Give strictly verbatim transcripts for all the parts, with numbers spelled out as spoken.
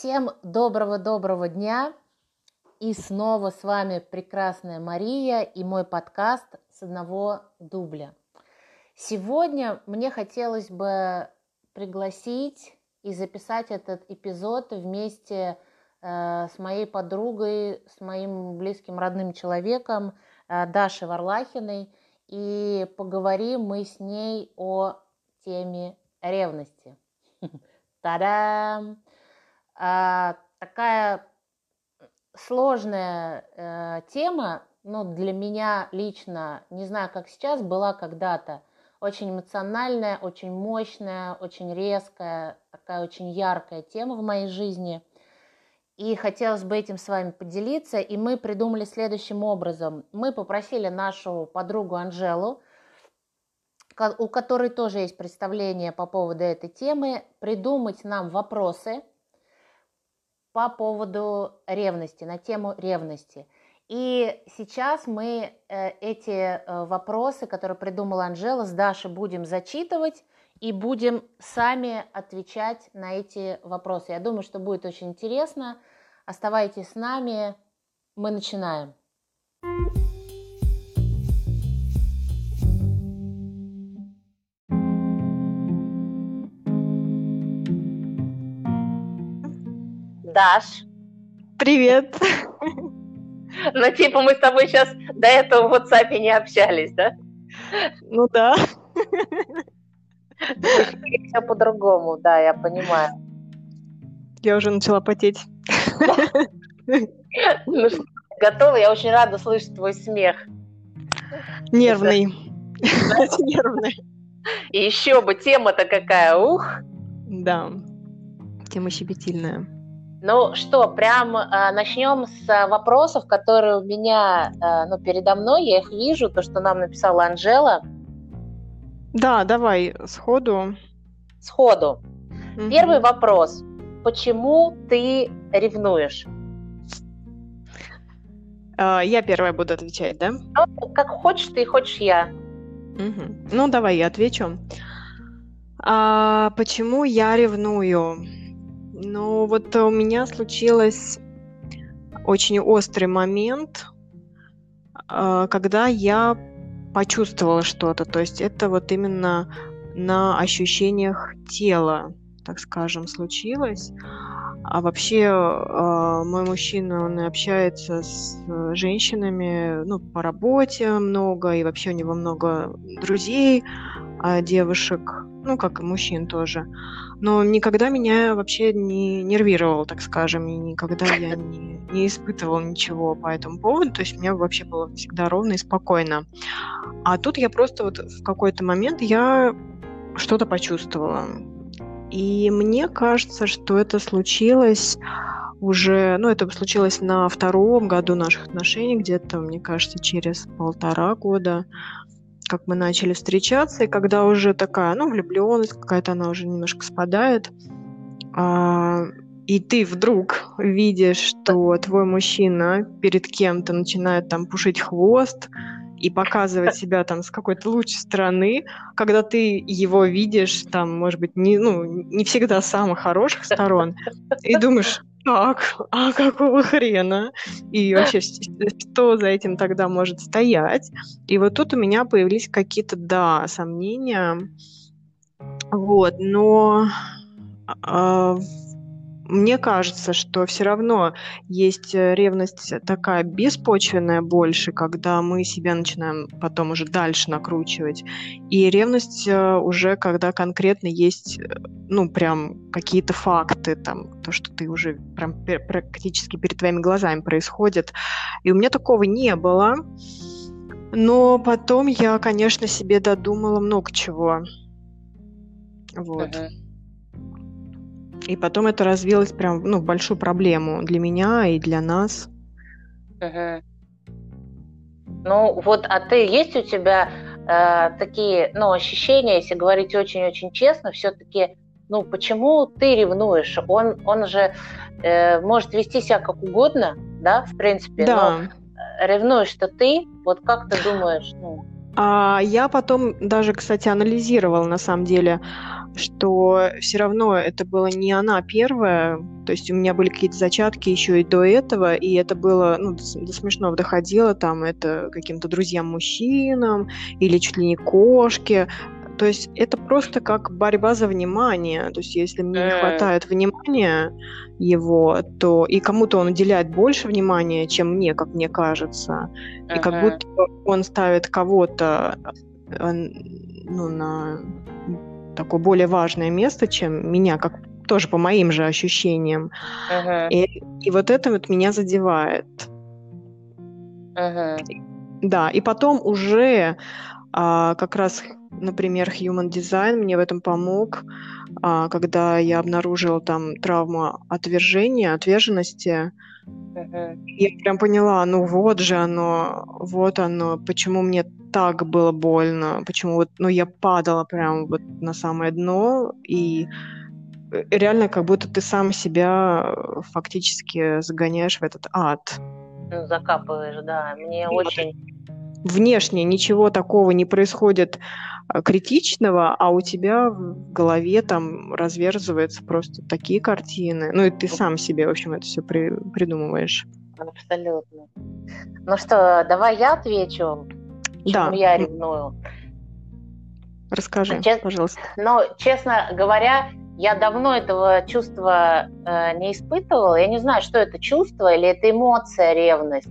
Всем доброго-доброго дня. И снова с вами прекрасная Мария и мой подкаст «С одного дубля». Сегодня мне хотелось бы пригласить и записать этот эпизод вместе э, с моей подругой, с моим близким родным человеком э, Дашей Варлахиной. И поговорим мы с ней о теме ревности. Та-дам! А, такая сложная э, тема, ну, для меня лично, не знаю, как сейчас, была когда-то очень эмоциональная, очень мощная, очень резкая, такая очень яркая тема в моей жизни. И хотелось бы этим с вами поделиться. И мы придумали следующим образом. Мы попросили нашу подругу Анжелу, у которой тоже есть представление по поводу этой темы, придумать нам вопросы по поводу ревности, на тему ревности. И сейчас мы эти вопросы, которые придумала Анжела, с Дашей будем зачитывать и будем сами отвечать на эти вопросы. Я думаю, что будет очень интересно. Оставайтесь с нами. Мы начинаем. Даш. Привет. Ну, типа, мы с тобой сейчас до этого в WhatsApp не общались, да? Ну да. Все по-другому, да, я понимаю. Я уже начала потеть. Ну что, готова? Я очень рада слышать твой смех. Нервный. Нервный. И еще бы, тема-то какая, ух! Да, тема щепетильная. Ну что, прям э, начнем с вопросов, которые у меня э, ну, передо мной, я их вижу, то, что нам написала Анжела. Да, давай сходу. Сходу. Угу. Первый вопрос. Почему ты ревнуешь? А, я первая буду отвечать, да? Ну, как хочешь ты, хочешь я. Угу. Ну, давай я отвечу. А, почему я ревную? Ну, вот у меня случилось очень острый момент, когда я почувствовала что-то. То есть это вот именно на ощущениях тела, так скажем, случилось. А вообще мой мужчина, он общается с женщинами, ну, по работе много, и вообще у него много друзей, девушек, ну, как и мужчин тоже. Но никогда меня вообще не нервировал, так скажем, и никогда я не, не испытывала ничего по этому поводу, то есть мне вообще было всегда ровно и спокойно. А тут я просто вот в какой-то момент я что-то почувствовала. И мне кажется, что это случилось уже, ну, это случилось на втором году наших отношений, где-то, мне кажется, через полтора года, как мы начали встречаться, и когда уже такая, ну, влюбленность какая-то, она уже немножко спадает, а, и ты вдруг видишь, что твой мужчина перед кем-то начинает там пушить хвост и показывать себя там с какой-то лучшей стороны, когда ты его видишь там, может быть, не, ну, не всегда с самых хороших сторон, и думаешь, так, а какого хрена? И вообще, что за этим тогда может стоять? И вот тут у меня появились какие-то, да, сомнения. Вот, но э, мне кажется, что все равно есть ревность такая беспочвенная больше, когда мы себя начинаем потом уже дальше накручивать. И ревность уже, когда конкретно есть, ну, прям какие-то факты, там, то, что ты уже прям практически перед твоими глазами происходит. И у меня такого не было. Но потом я, конечно, себе додумала много чего. Вот. Uh-huh. И потом это развилось прям, ну, в большую проблему для меня и для нас. Uh-huh. Ну, вот, а ты, есть у тебя э, такие, ну, ощущения, если говорить очень-очень честно, все-таки, ну, почему ты ревнуешь? Он, он же э, может вести себя как угодно, да, в принципе, да. Но ревнуешь-то ты, вот как ты думаешь? Ну? А я потом даже, кстати, анализировала, на самом деле, что все равно это была не она первая, то есть у меня были какие-то зачатки еще и до этого, и это было, ну, до, до смешного доходило, там, это каким-то друзьям-мужчинам или чуть ли не кошке. То есть это просто как борьба за внимание. То есть если мне не хватает внимания его, то и кому-то он уделяет больше внимания, чем мне, как мне кажется. И uh-huh. как будто он ставит кого-то ну, на такое более важное место, чем меня, как тоже по моим же ощущениям. Uh-huh. И, и вот это вот меня задевает. Uh-huh. Да, и потом уже а, как раз... Например, Human Design мне в этом помог, когда я обнаружила там травму отвержения, отверженности. Uh-huh. Я прям поняла, ну вот же оно, вот оно, почему мне так было больно, почему вот, ну я падала прям вот на самое дно, и реально как будто ты сам себя фактически загоняешь в этот ад. Ну, закапываешь, да, мне и очень... Внешне ничего такого не происходит критичного, а у тебя в голове там разверзываются просто такие картины. Ну и ты сам себе, в общем, это все при, придумываешь. Абсолютно. Ну что, давай я отвечу, чему да. я ревную. Расскажи, ну, чест... пожалуйста. Ну, честно говоря, я давно этого чувства э, не испытывала. Я не знаю, что это чувство или это эмоция, ревность.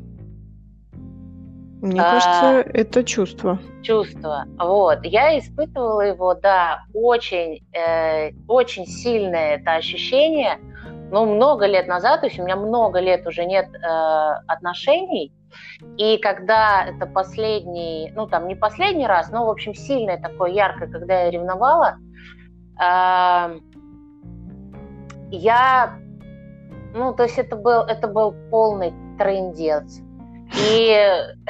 Мне кажется, а, это чувство. Чувство. Вот. Я испытывала его, да, очень, э, очень сильное это ощущение. Ну, много лет назад, то есть у меня много лет уже нет э, отношений. И когда это последний, ну, там, не последний раз, но, в общем, сильное такое, яркое, когда я ревновала, э, я, ну, то есть это был, это был полный трындец. И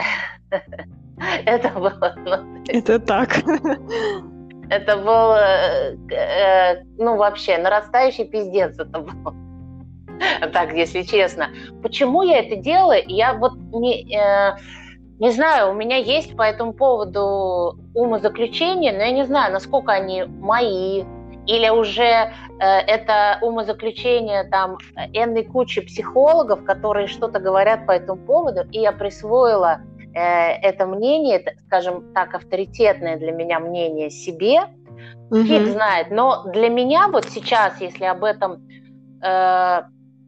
это было... Это так. Это был, э, ну, вообще, нарастающий пиздец это был. Так, если честно. Почему я это делаю? Я вот не, э, не знаю, у меня есть по этому поводу умозаключения, но я не знаю, насколько они мои, или уже э, это умозаключение там энной кучи психологов, которые что-то говорят по этому поводу, и я присвоила э, это мнение, это, скажем так, авторитетное для меня мнение себе, mm-hmm. фиг знает. Но для меня вот сейчас, если об этом, э,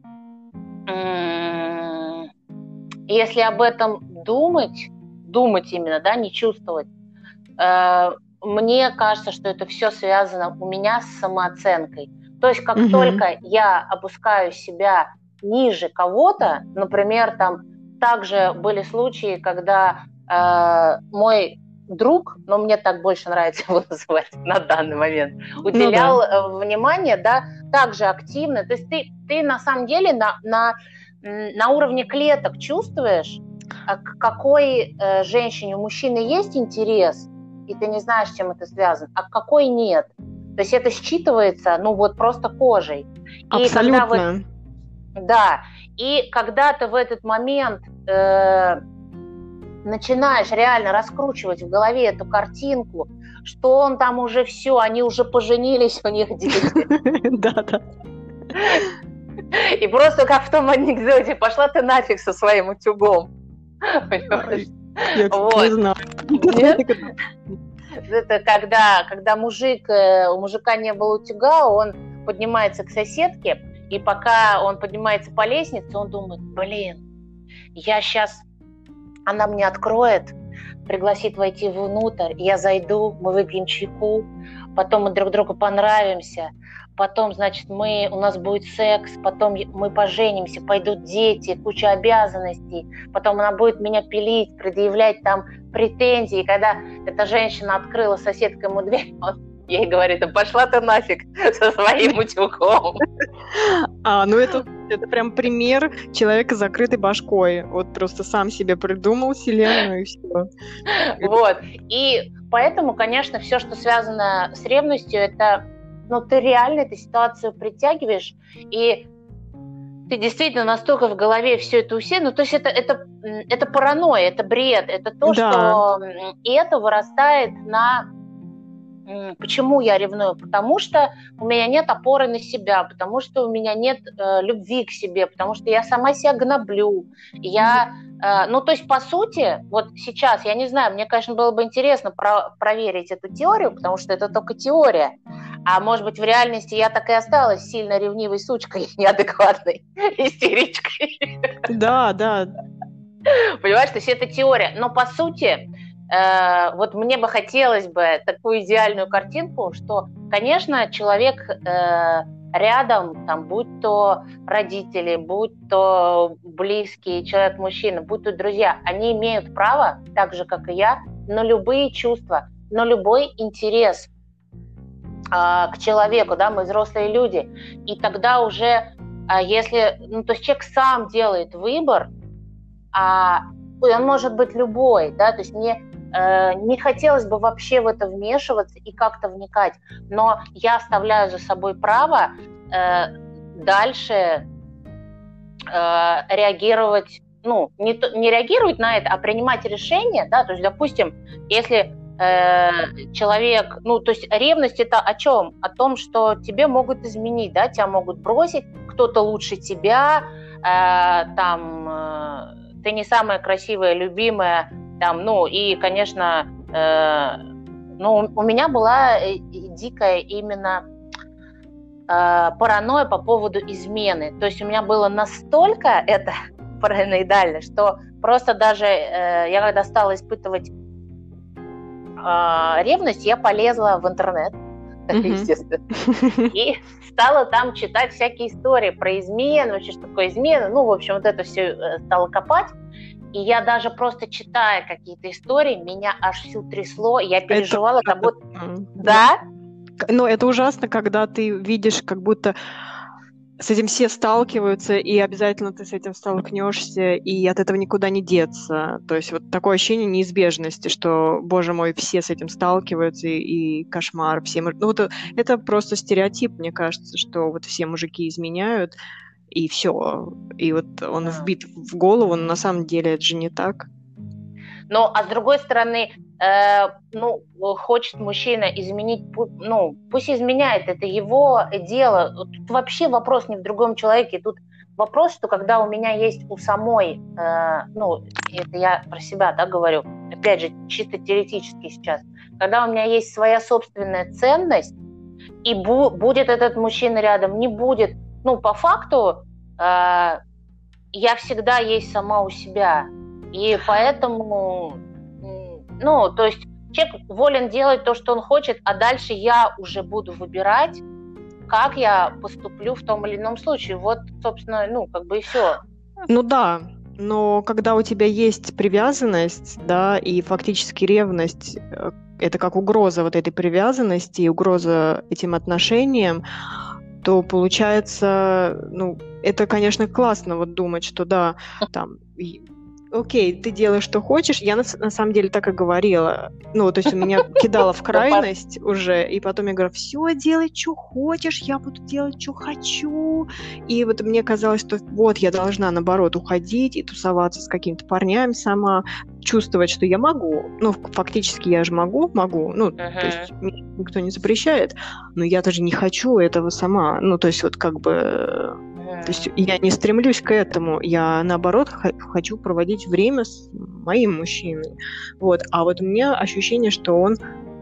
э, если об этом думать, думать именно, да, не чувствовать, э, мне кажется, что это все связано у меня с самооценкой. То есть как mm-hmm. только я опускаю себя ниже кого-то, например, там также были случаи, когда э, мой друг, но мне так больше нравится его называть на данный момент, уделял ну, да. внимание, да, также активно. То есть ты, ты на самом деле на, на, на уровне клеток чувствуешь, к какой э, женщине у мужчины есть интерес, и ты не знаешь, с чем это связано, а какой нет. То есть это считывается, ну вот просто кожей. И абсолютно. Когда вы, да. И когда ты в этот момент э, начинаешь реально раскручивать в голове эту картинку, что он там уже все, они уже поженились, у них дети. Да, да. И просто как в том анекдоте, пошла ты нафиг со своим утюгом. Я, кстати, не знаю. Это когда, когда мужик, у мужика не было утюга, он поднимается к соседке, и пока он поднимается по лестнице, он думает, блин, я сейчас, она мне откроет, пригласит войти внутрь, я зайду, мы выпьем чайку, потом мы друг другу понравимся, потом, значит, мы, у нас будет секс, потом мы поженимся, пойдут дети, куча обязанностей, потом она будет меня пилить, предъявлять там претензии. И когда эта женщина открыла соседка ему дверь, он ей говорит, да пошла ты нафиг со своим утюгом. А, ну это, это прям пример человека с закрытой башкой. Вот просто сам себе придумал вселенную и все. Вот. И поэтому, конечно, все, что связано с ревностью, это, ну, ты реально эту ситуацию притягиваешь, и ты действительно настолько в голове все это усеяно. Ну, то есть это, это, это паранойя, это бред, это то, да. что... И это вырастает на Почему я ревную? Потому что у меня нет опоры на себя, потому что у меня нет э, любви к себе, потому что я сама себя гноблю. Я, э, ну, то есть, по сути, вот сейчас, я не знаю, мне, конечно, было бы интересно про- проверить эту теорию, потому что это только теория. А может быть, в реальности я так и осталась сильно ревнивой сучкой, неадекватной истеричкой. Да, да. Понимаешь, то есть это теория. Но, по сути, Э, вот мне бы хотелось бы такую идеальную картинку, что, конечно, человек э, рядом, там, будь то родители, будь то близкий человек-мужчина, будь то друзья, они имеют право, так же, как и я, на любые чувства, на любой интерес э, к человеку, да, мы взрослые люди. И тогда уже, э, если, ну, то есть человек сам делает выбор, а он может быть любой, да, то есть мне не хотелось бы вообще в это вмешиваться и как-то вникать, но я оставляю за собой право э, дальше э, реагировать, ну, не, не реагировать на это, а принимать решение, да, то есть, допустим, если э, человек, ну, то есть ревность это о чем? О том, что тебе могут изменить, да, тебя могут бросить, кто-то лучше тебя, э, там, э, ты не самая красивая, любимая, там, ну, и, конечно, э, ну, у меня была дикая именно э, паранойя по поводу измены. То есть у меня было настолько это параноидально, что просто даже э, я когда стала испытывать э, ревность, я полезла в интернет, mm-hmm. естественно, и стала там читать всякие истории про измену, вообще, что такое измена. Ну, в общем, вот это все стала копать. И я даже просто читая какие-то истории, меня аж всю трясло, я переживала, это... как будто... Да? Но это ужасно, когда ты видишь, как будто с этим все сталкиваются, и обязательно ты с этим столкнешься, и от этого никуда не деться. То есть вот такое ощущение неизбежности, что, боже мой, все с этим сталкиваются, и, и кошмар. Все... Ну, вот это просто стереотип, мне кажется, что вот все мужики изменяют, и все. И вот он да. вбит в голову, но на самом деле это же не так. Ну, а с другой стороны, э, ну, хочет мужчина изменить, ну, пусть изменяет, это его дело. Тут вообще вопрос не в другом человеке, тут вопрос, что когда у меня есть у самой, э, ну, это я про себя, да, говорю, опять же, чисто теоретически сейчас, когда у меня есть своя собственная ценность, и бу- будет этот мужчина рядом, не будет, ну, по факту, э, я всегда есть сама у себя. И поэтому, ну, то есть человек волен делать то, что он хочет, а дальше я уже буду выбирать, как я поступлю в том или ином случае. Вот, собственно, ну, как бы и все. Ну да, но когда у тебя есть привязанность, да, и фактически ревность, это как угроза вот этой привязанности, угроза этим отношениям, то получается, ну, это, конечно, классно вот думать, что да, там, окей, ты делаешь, что хочешь. Я на, на самом деле так и говорила. Ну, то есть у меня кидало в крайность уже, и потом я говорю, все, делай, что хочешь, я буду делать, что хочу. И вот мне казалось, что вот я должна, наоборот, уходить и тусоваться с какими-то парнями сама, чувствовать, что я могу. Ну, фактически я же могу, могу. Ну, uh-huh. то есть мне никто не запрещает, но я даже не хочу этого сама. Ну, то есть вот как бы... То есть я не стремлюсь к этому, я, наоборот, х- хочу проводить время с моим мужчиной. Вот. А вот у меня ощущение, что он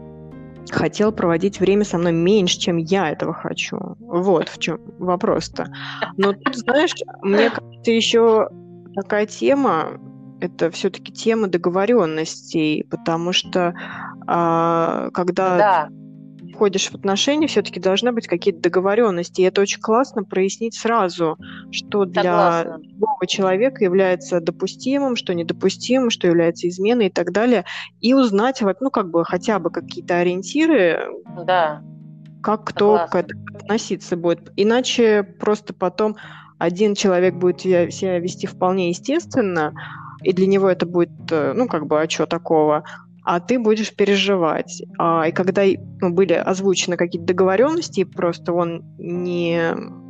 хотел проводить время со мной меньше, чем я этого хочу. Вот в чем вопрос-то. Но тут, знаешь, мне кажется, еще такая тема, это все-таки тема договоренностей, потому что а, когда... Да. входишь в отношения, все-таки должны быть какие-то договоренности. И это очень классно прояснить сразу, что для Согласна. любого человека является допустимым, что недопустимым, что является изменой и так далее. И узнать, вот, ну, как бы хотя бы какие-то ориентиры, да. как кто к этому относиться будет. Иначе просто потом один человек будет себя вести вполне естественно, и для него это будет, ну, как бы, а что такого? А ты будешь переживать. А, и когда ну, были озвучены какие-то договоренности, просто он не,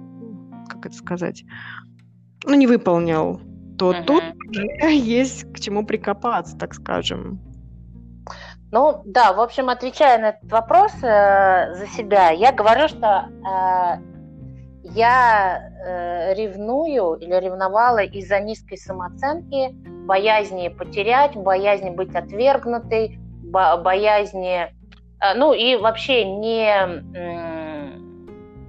как это сказать, ну, не выполнил, то uh-huh. тут уже есть к чему прикопаться, так скажем. Ну, да, в общем, отвечая на этот вопрос э, за себя, я говорю, что э, я э, ревную или ревновала из-за низкой самооценки, боязни потерять, боязни быть отвергнутой, бо- боязни, э, ну и вообще не, м,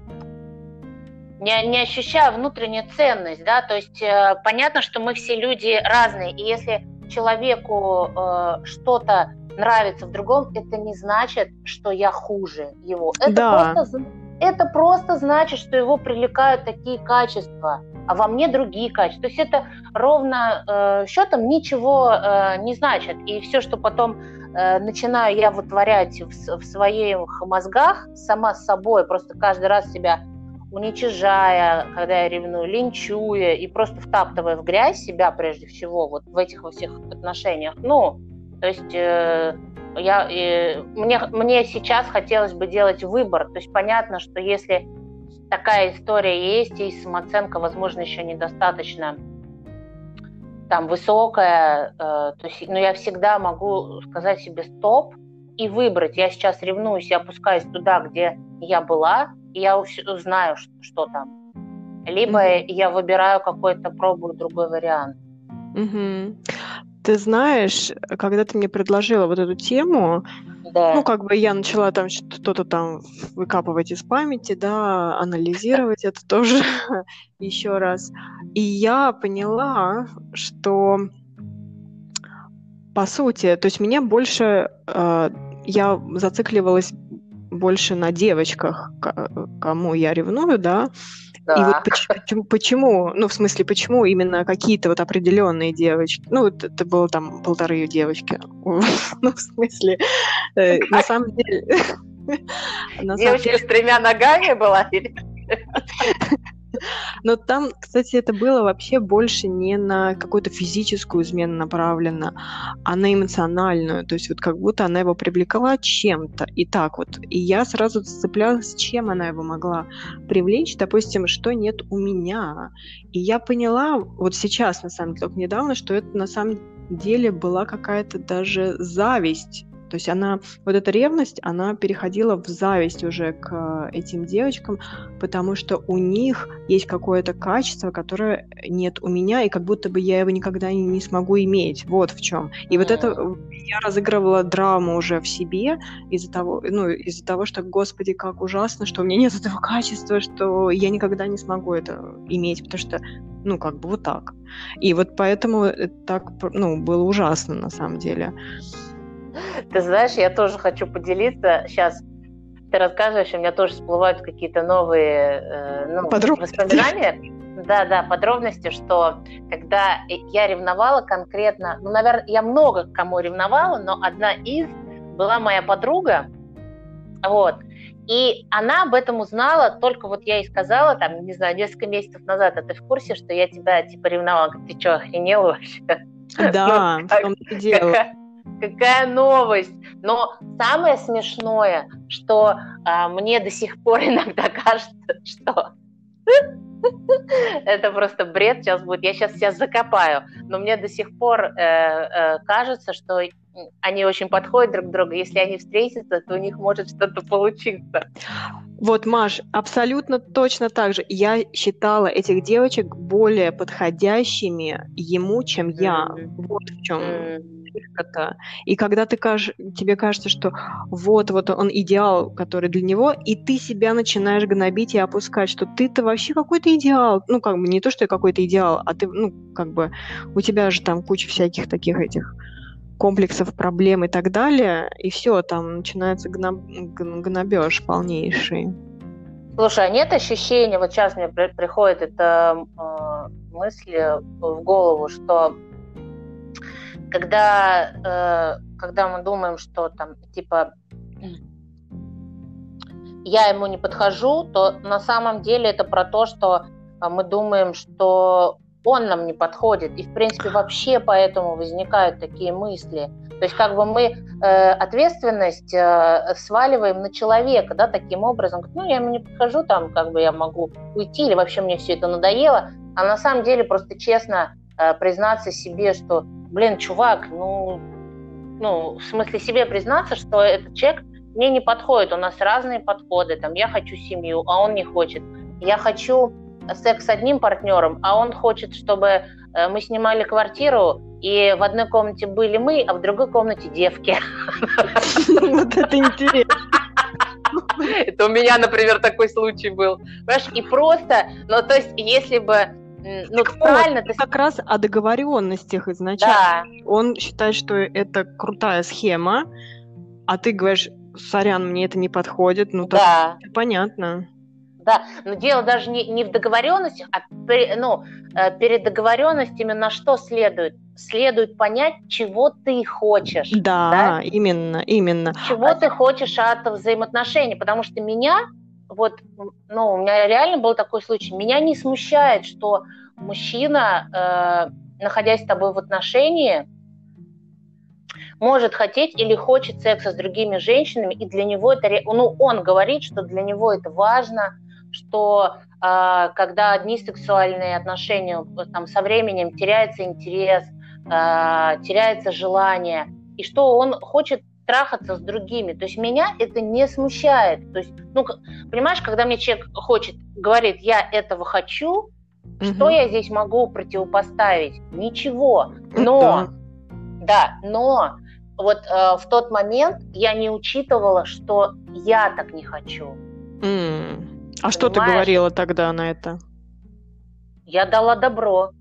не, не ощущаю внутреннюю ценность, да, то есть э, понятно, что мы все люди разные, и если человеку э, что-то нравится в другом, это не значит, что я хуже его. Это Да, просто, это просто значит, что его привлекают такие качества, а во мне другие качества. То есть это ровно э, счетом ничего э, не значит. И все, что потом э, начинаю я вытворять в, в своих мозгах сама с собой, просто каждый раз себя уничижая, когда я ревную, линчуя и просто втаптывая в грязь себя прежде всего вот в этих во всех отношениях. Ну, то есть э, я, э, мне, мне сейчас хотелось бы делать выбор. То есть понятно, что если такая история есть, и самооценка, возможно, еще недостаточно там высокая, э, то есть, но я всегда могу сказать себе стоп и выбрать. Я сейчас ревнуюсь, я опускаюсь туда, где я была, и я знаю, что, что там. Либо mm-hmm. я выбираю какой-то, пробую другой вариант. Mm-hmm. Ты знаешь, когда ты мне предложила вот эту тему, да. ну, как бы я начала там что-то там выкапывать из памяти, да, анализировать это тоже еще раз. И я поняла, что по сути, то есть меня больше, э, я зацикливалась больше на девочках, кому я ревную, да, да. И вот почему, почему, ну, в смысле, почему именно какие-то вот определенные девочки, ну, это, это было там полторы девочки, ну, в смысле, на самом деле... Девочка с тремя ногами была? Но там, кстати, это было вообще больше не на какую-то физическую измену направлено, а на эмоциональную. То есть вот как будто она его привлекла чем-то. И так вот. И я сразу зацеплялась, чем она его могла привлечь. Допустим, что нет у меня. И я поняла вот сейчас, на самом деле, только недавно, что это на самом деле была какая-то даже зависть. То есть она, вот эта ревность, она переходила в зависть уже к этим девочкам, потому что у них есть какое-то качество, которое нет у меня, и как будто бы я его никогда не, не смогу иметь. Вот в чем. И mm. вот это я разыгрывала драму уже в себе из-за того, ну, из-за того, что, господи, как ужасно, что у меня нет этого качества, что я никогда не смогу это иметь, потому что, ну, как бы вот так. И вот поэтому это так, ну, было ужасно на самом деле. Ты знаешь, я тоже хочу поделиться. Сейчас ты рассказываешь, у меня тоже всплывают какие-то новые э, ну, воспоминания. Да, да, подробности, что когда я ревновала конкретно, ну, наверное, я много к кому ревновала, но одна из была моя подруга, вот, и она об этом узнала, только вот я ей сказала, там, не знаю, несколько месяцев назад, а ты в курсе, что я тебя, типа, ревновала? Ты что, охренела вообще? Да, ну, в том и дело. Какая, какая новость! Но самое смешное, что а, мне до сих пор иногда кажется, что это просто бред сейчас будет. Я сейчас себя закопаю. Но мне до сих пор э, э, кажется, что они очень подходят друг к другу. Если они встретятся, то у них может что-то получиться. Вот, Маш, абсолютно точно так же. Я считала этих девочек более подходящими ему, чем я. Mm-hmm. Вот в чем фишка-то. И когда ты кажешь, тебе кажется, что вот, вот он идеал, который для него, и ты себя начинаешь гнобить и опускать, что ты-то вообще какой-то идеал. Ну, как бы не то, что я какой-то идеал, а ты, ну, как бы у тебя же там куча всяких таких этих комплексов, проблем и так далее, и все, там начинается гноб... гнобеж полнейший. Слушай, а нет ощущения, вот сейчас мне при- приходит эта э, мысль в голову, что когда, э, когда мы думаем, что там, типа, я ему не подхожу, то на самом деле это про то, что мы думаем, что он нам не подходит. И, в принципе, вообще поэтому возникают такие мысли. То есть как бы мы э, ответственность э, сваливаем на человека, да, таким образом. Ну, я ему не подхожу, там, как бы я могу уйти, или вообще мне все это надоело. А на самом деле просто честно э, признаться себе, что, блин, чувак, ну, ну, в смысле себе признаться, что этот человек мне не подходит, у нас разные подходы, там, я хочу семью, а он не хочет. Я хочу секс с одним партнером, а он хочет, чтобы мы снимали квартиру, и в одной комнате были мы, а в другой комнате девки. Вот это интересно. Это у меня, например, такой случай был. Понимаешь, и просто, ну, то есть, если бы, ну, правильно... Вот, как раз о договоренностях изначально. Да. Он считает, что это крутая схема, а ты говоришь, сорян, мне это не подходит, ну, так да. Понятно. Да, но дело даже не, не в договоренностях, а при, ну, перед договоренностями на что следует? Следует понять, чего ты хочешь. Да, да? именно, именно. Чего а... ты хочешь от взаимоотношений, потому что меня, вот, ну, у меня реально был такой случай, меня не смущает, что мужчина, э, находясь с тобой в отношении, может хотеть или хочет секса с другими женщинами, и для него это, ну, он говорит, что для него это важно, что э, когда одни сексуальные отношения, там, со временем теряется интерес, э, теряется желание, и что он хочет трахаться с другими. То есть меня это не смущает. То есть, ну, понимаешь, когда мне человек хочет, говорит, я этого хочу, mm-hmm. что я здесь могу противопоставить? Ничего. Но, mm-hmm. да, но вот э, в тот момент я не учитывала, что я так не хочу. Mm. А что ты говорила тогда на это? Я дала добро.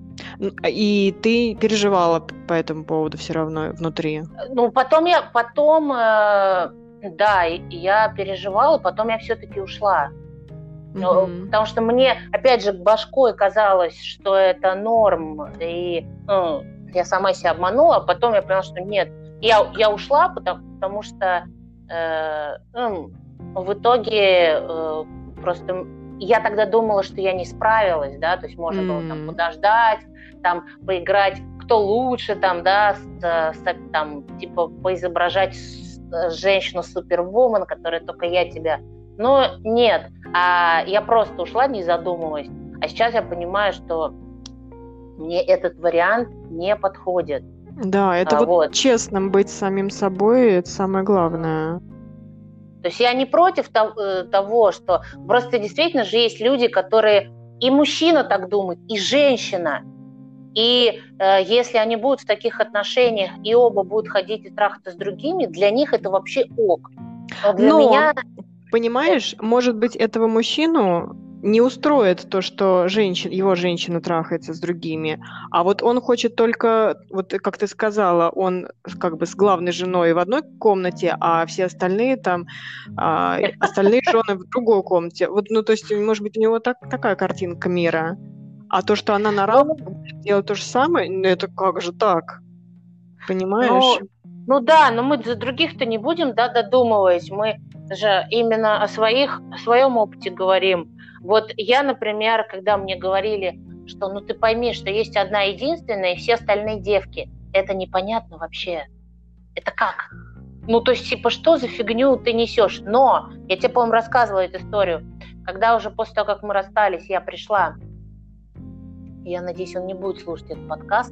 И ты переживала по этому поводу все равно внутри? Ну, потом я, потом, э, да, я переживала, потом я все-таки ушла. Mm-hmm. Потому что мне, опять же, башкой казалось, что это норм, и ну, я сама себя обманула, а потом я поняла, что нет. Я, я ушла, потому, потому что э, ну, в итоге э, просто я тогда думала, что я не справилась, да, то есть можно mm. было там подождать, там поиграть, кто лучше, там, да, с, с, там, типа поизображать женщину супервумен, которая только я тебя. Но нет, а я просто ушла, не задумываясь. А сейчас я понимаю, что мне этот вариант не подходит. Да, это а, вот, вот честным быть самим собой, это самое главное. То есть я не против того, что просто действительно же есть люди, которые и мужчина так думает, и женщина. И э, если они будут в таких отношениях, и оба будут ходить и трахаться с другими, для них это вообще ок. Но для Но, меня... понимаешь, это... может быть, этого мужчину не устроит то, что женщин, его женщина трахается с другими, а вот он хочет только, вот как ты сказала, он как бы с главной женой в одной комнате, а все остальные там, а, остальные жены в другой комнате. Вот, ну, то есть, может быть, у него так, такая картинка мира. А то, что она на равных будет делать то же самое, ну, это как же так? Понимаешь? Ну, ну да, но мы за других-то не будем, да, додумываясь. Мы же именно о своих, о своем опыте говорим. Вот я, например, когда мне говорили, что ну ты пойми, что есть одна единственная, и все остальные девки. Это непонятно вообще. Это как? Ну, то есть, типа, что за фигню ты несешь? Но, я тебе, по-моему, рассказывала эту историю. Когда уже после того, как мы расстались, я пришла, я надеюсь, он не будет слушать этот подкаст,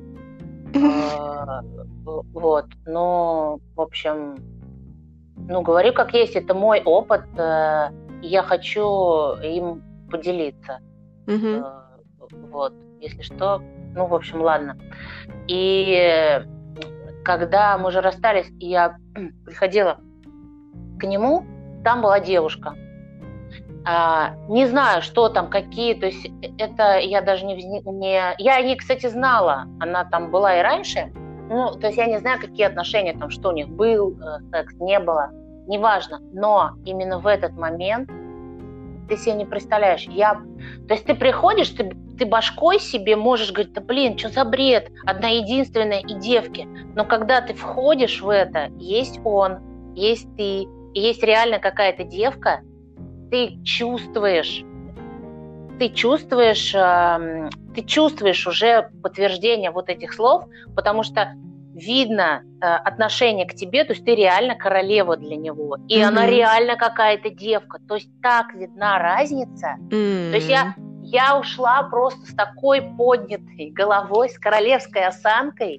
вот, но, в общем, ну, говорю как есть, это мой опыт, я хочу им поделиться. Mm-hmm. Вот, если что, ну, в общем, ладно. И когда мы уже расстались, и я приходила к нему, там была девушка. А, не знаю, что там, какие, то есть это я даже не, не... Я ее, кстати, знала, она там была и раньше, ну, то есть я не знаю, какие отношения там, что у них был, секс, не было, неважно, но именно в этот момент ты себе не представляешь, я... То есть ты приходишь, ты, ты башкой себе можешь говорить, да блин, что за бред, одна единственная и девки, но когда ты входишь в это, есть он, есть ты, и есть реально какая-то девка, ты чувствуешь, ты чувствуешь, э, ты чувствуешь уже подтверждение вот этих слов, потому что видно э, отношение к тебе, то есть ты реально королева для него, и mm-hmm. она реально какая-то девка, то есть так видна разница. Mm-hmm. То есть я, я ушла просто с такой поднятой головой, с королевской осанкой,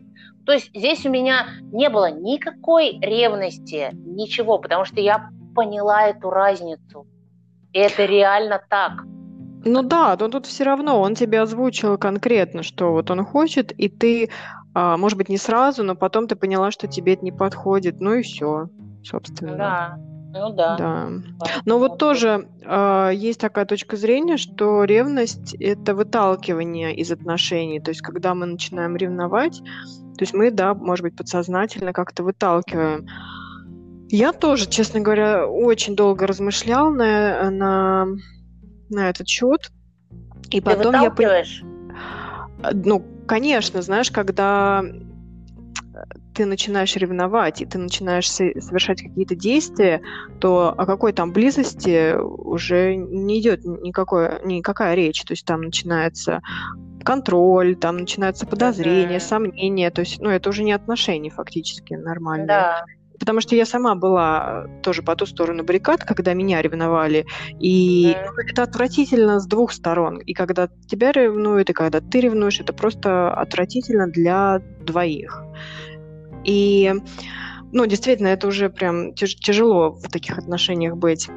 То есть здесь у меня не было никакой ревности, ничего, потому что я поняла эту разницу. И это реально так. Ну да, но тут все равно он тебе озвучил конкретно, что вот он хочет, и ты, а, может быть, не сразу, но потом ты поняла, что тебе это не подходит, ну и все, собственно. Да, ну да. Да. Но вот тоже э, есть такая точка зрения, что ревность – это выталкивание из отношений. То есть, когда мы начинаем ревновать, то есть мы, да, может быть, подсознательно как-то выталкиваем. Я тоже, честно говоря, очень долго размышлял на, на, на этот счет. И Ты потом я выталкиваешь? Ну, конечно, знаешь, когда ты начинаешь ревновать, и ты начинаешь совершать какие-то действия, то о какой там близости уже не идет никакой, никакая речь. То есть там начинается контроль, там начинаются подозрения, uh-huh. сомнения. То есть, ну, это уже не отношения фактически нормальные. Да. Потому что я сама была тоже по ту сторону баррикад, когда меня ревновали. И mm. это отвратительно с двух сторон. И когда тебя ревнуют, и когда ты ревнуешь, это просто отвратительно для двоих. И, ну, действительно, это уже прям тяж- тяжело в таких отношениях быть.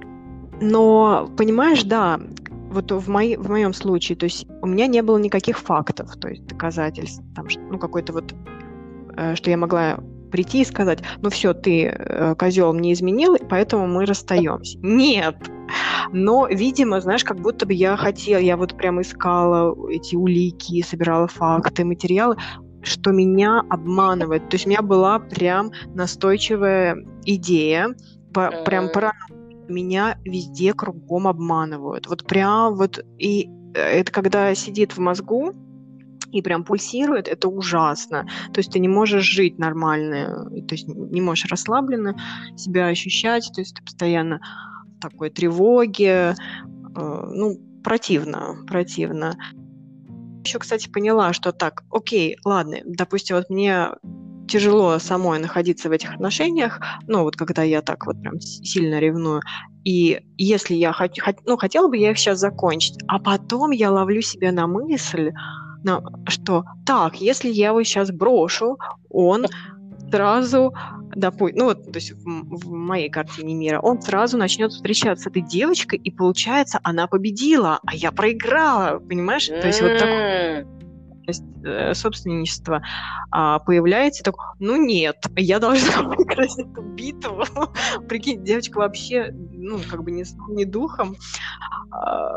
Но, понимаешь, да, вот в, мои, в моем случае, то есть у меня не было никаких фактов, то есть доказательств, там, ну, какой-то вот, э, что я могла прийти и сказать, ну все, ты, э, козел, мне изменил, поэтому мы расстаемся. Нет! Но, видимо, знаешь, как будто бы я хотела, я вот прям искала эти улики, собирала факты, материалы, что меня обманывает. То есть у меня была прям настойчивая идея, по, mm-hmm. прям паранойя. Меня везде кругом обманывают. Вот прям вот, и это когда сидит в мозгу и прям пульсирует, это ужасно. То есть ты не можешь жить нормально, то есть не можешь расслабленно себя ощущать, то есть ты постоянно в такой тревоге, э, ну, противно, противно. Еще, кстати, поняла, что так, окей, ладно, допустим, вот мне тяжело самой находиться в этих отношениях, ну, вот когда я так вот прям сильно ревную, и если я хот- ну, хотела бы я их сейчас закончить, а потом я ловлю себя на мысль, на, что так, если я его сейчас брошу, он сразу, допустим, ну вот, то есть в, в моей картине мира, он сразу начнет встречаться с этой девочкой, и получается, она победила, а я проиграла, понимаешь? Mm. То есть вот такое э, собственничество а, появляется, так, ну нет, я должна выиграть эту битву. Прикинь, девочка вообще, ну, как бы не, не духом, а,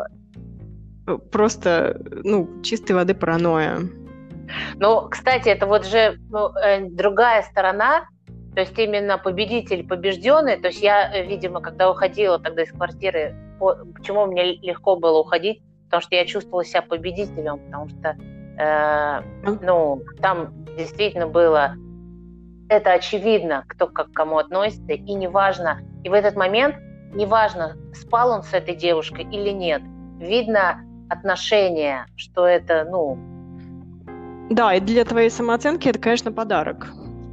просто, ну, чистой воды паранойя. Ну, кстати, это вот же ну, э, другая сторона, то есть именно победитель, побежденный. То есть я, видимо, когда уходила тогда из квартиры, по, почему мне легко было уходить? Потому что я чувствовала себя победителем, потому что, э, ну, там действительно было, это очевидно, кто как к кому относится, и неважно, и в этот момент неважно, спал он с этой девушкой или нет, видно отношение, что это, ну, да, и для твоей самооценки это, конечно, подарок.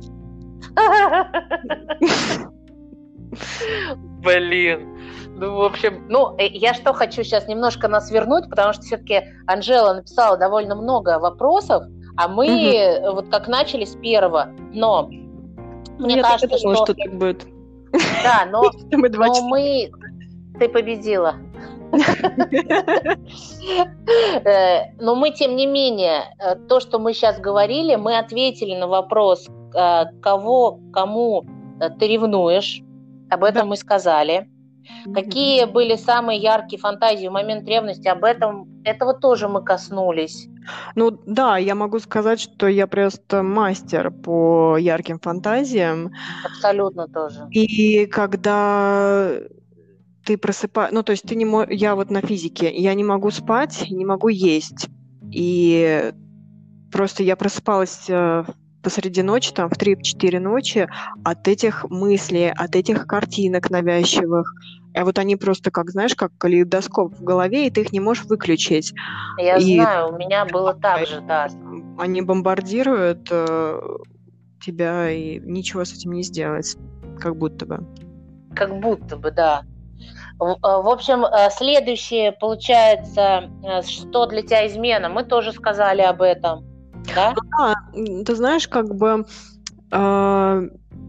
Блин. Ну, в общем, ну, я что хочу сейчас немножко нас вернуть, потому что все-таки Анжела написала довольно много вопросов, а мы угу. вот как начали с первого, но мне я кажется, думала, что... что так будет. Да, но, мы, но мы... Ты победила. Но мы, тем не менее, то, что мы сейчас говорили, мы ответили на вопрос, кого, кому ты ревнуешь. Об этом да. мы сказали. Mm-hmm. Какие были самые яркие фантазии в момент ревности, об этом, этого тоже мы коснулись. Ну да, я могу сказать, что я просто мастер по ярким фантазиям. Абсолютно тоже. И когда ты просыпаешься, ну то есть ты не мо... я вот на физике, я не могу спать, не могу есть. И просто я просыпалась посреди ночи, там, в три-четыре ночи от этих мыслей, от этих картинок навязчивых. А вот они просто, как, знаешь, как калейдоскоп в голове, и ты их не можешь выключить. Я и... знаю, у меня было так же, да. Они бомбардируют э, тебя, и ничего с этим не сделать, как будто бы. Как будто бы, да. В, в общем, следующее, получается, что для тебя измена? Мы тоже сказали об этом. Да? Ну да, м, ты знаешь, как бы, а,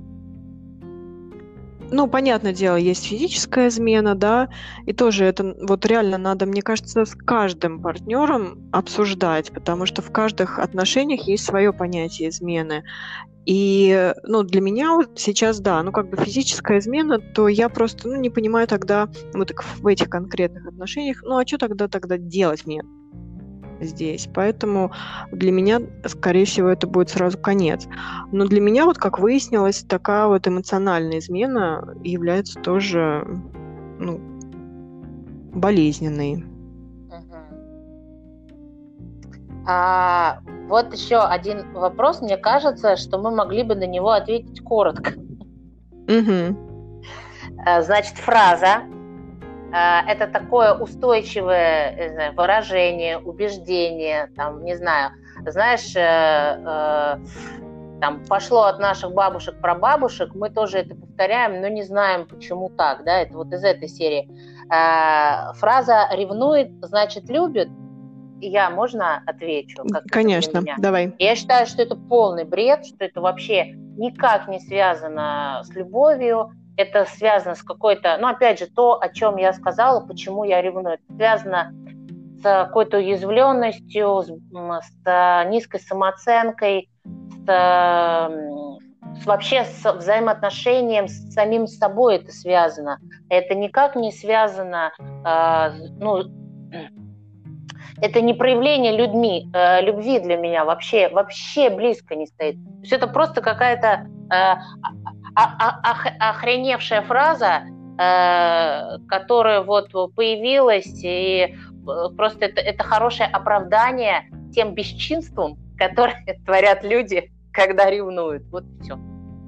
ну, понятное дело, есть физическая измена, да, и тоже это н- вот реально надо, мне кажется, с каждым партнером обсуждать, потому что в каждых отношениях есть свое понятие измены. И, э, ну, для меня вот сейчас, да, ну, как бы физическая измена, то я просто, ну, не понимаю тогда вот так в этих конкретных отношениях, ну, а что тогда тогда делать мне здесь? Поэтому для меня, скорее всего, это будет сразу конец. Но для меня, вот как выяснилось, такая вот эмоциональная измена является тоже, ну, болезненной. Мгм. А вот еще один вопрос. Мне кажется, что мы могли бы на него ответить коротко. Мгм. Э, Значит, фраза э, это такое устойчивое не знаю, выражение, убеждение, там, не знаю, знаешь, э, э, там пошло от наших бабушек, прабабушек, мы тоже это повторяем, но не знаем, почему так, да, это вот из этой серии. Э, фраза «ревнует, значит, любит», и я, можно, отвечу, как это для Конечно, меня? давай. Я считаю, что это полный бред, что это вообще никак не связано с любовью, это связано с какой-то, ну, опять же, то, о чем я сказала, почему я ревную, это связано с какой-то уязвленностью, с, с низкой самооценкой, с, с вообще с взаимоотношением с самим собой это связано. Это никак не связано, э, ну, это не проявление людьми, э, любви для меня вообще, вообще близко не стоит. То есть это просто какая-то э, а, а, а, охреневшая фраза, э, которая вот появилась, и просто это, это хорошее оправдание тем бесчинствам, которые творят люди, когда ревнуют. Вот и все.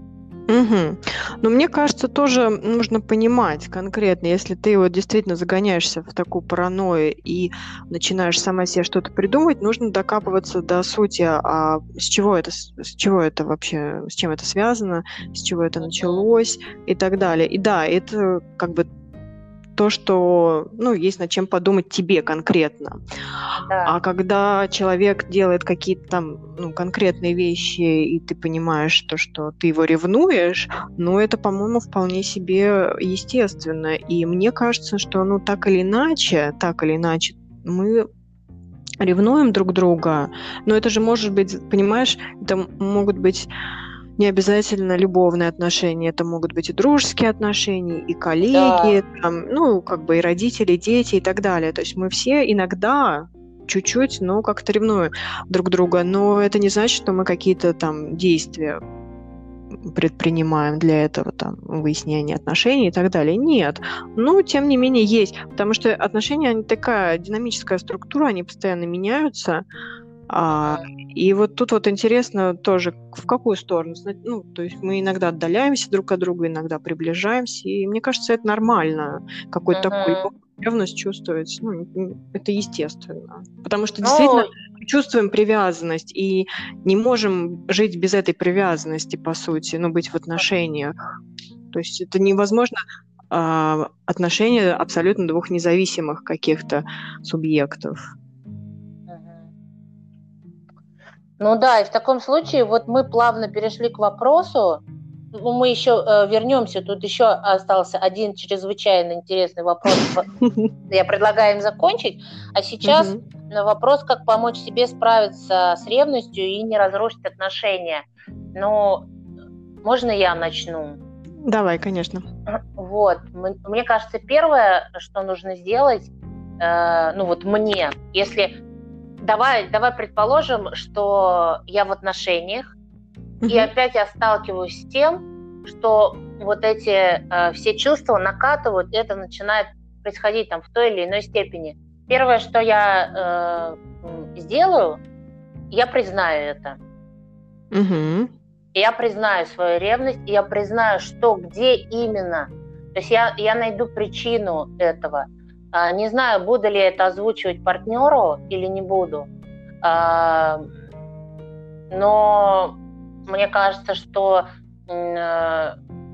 Мгм. Но мне кажется, тоже нужно понимать конкретно, если ты вот действительно загоняешься в такую паранойю и начинаешь сама себе что-то придумать, нужно докапываться до сути, а с чего это, с с чего это вообще, с чем это связано, с чего это началось и так далее. И да, это как бы то, что, ну, есть над чем подумать тебе конкретно. Да. А когда человек делает какие-то там, ну, конкретные вещи, и ты понимаешь то, что ты его ревнуешь, ну, это, по-моему, вполне себе естественно. И мне кажется, что, ну, так или иначе, так или иначе, мы ревнуем друг друга, но это же может быть, понимаешь, это могут быть не обязательно любовные отношения, это могут быть и дружеские отношения, и коллеги, Да. там, ну, как бы и родители, дети и так далее. То есть мы все иногда чуть-чуть, но как-то ревнуем друг друга, но это не значит, что мы какие-то там действия предпринимаем для этого, там, выяснения отношений и так далее. Нет. Но, тем не менее, есть. Потому что отношения, они такая динамическая структура, они постоянно меняются. А, и вот тут вот интересно тоже, в какую сторону. Ну, то есть мы иногда отдаляемся друг от друга, иногда приближаемся. И мне кажется, это нормально. Какую-то такую Мгм. ревность чувствовать. Ну, это естественно. Потому что действительно Ну, мы чувствуем привязанность и не можем жить без этой привязанности, по сути, ну, быть в отношениях. То есть это невозможно а, отношения абсолютно двух независимых каких-то субъектов. мгм. Ну да, и в таком случае вот мы плавно перешли к вопросу. Ну, мы еще э, вернемся. Тут еще остался один чрезвычайно интересный вопрос. Я предлагаю им закончить. А сейчас Мгм. вопрос, как помочь себе справиться с ревностью и не разрушить отношения. Но можно я начну? Давай, конечно. Вот. Мне кажется, первое, что нужно сделать, э, ну вот мне, если давай, давай предположим, что я в отношениях, и Мгм. опять я сталкиваюсь с тем, что вот эти э, все чувства накатывают, и это начинает происходить там в той или иной степени. Первое, что я э, сделаю, я признаю это. Мгм. И я признаю свою ревность, и я признаю, что, где именно. То есть я, я найду причину этого. А, не знаю, буду ли это озвучивать партнеру или не буду. А, но мне кажется, что, э,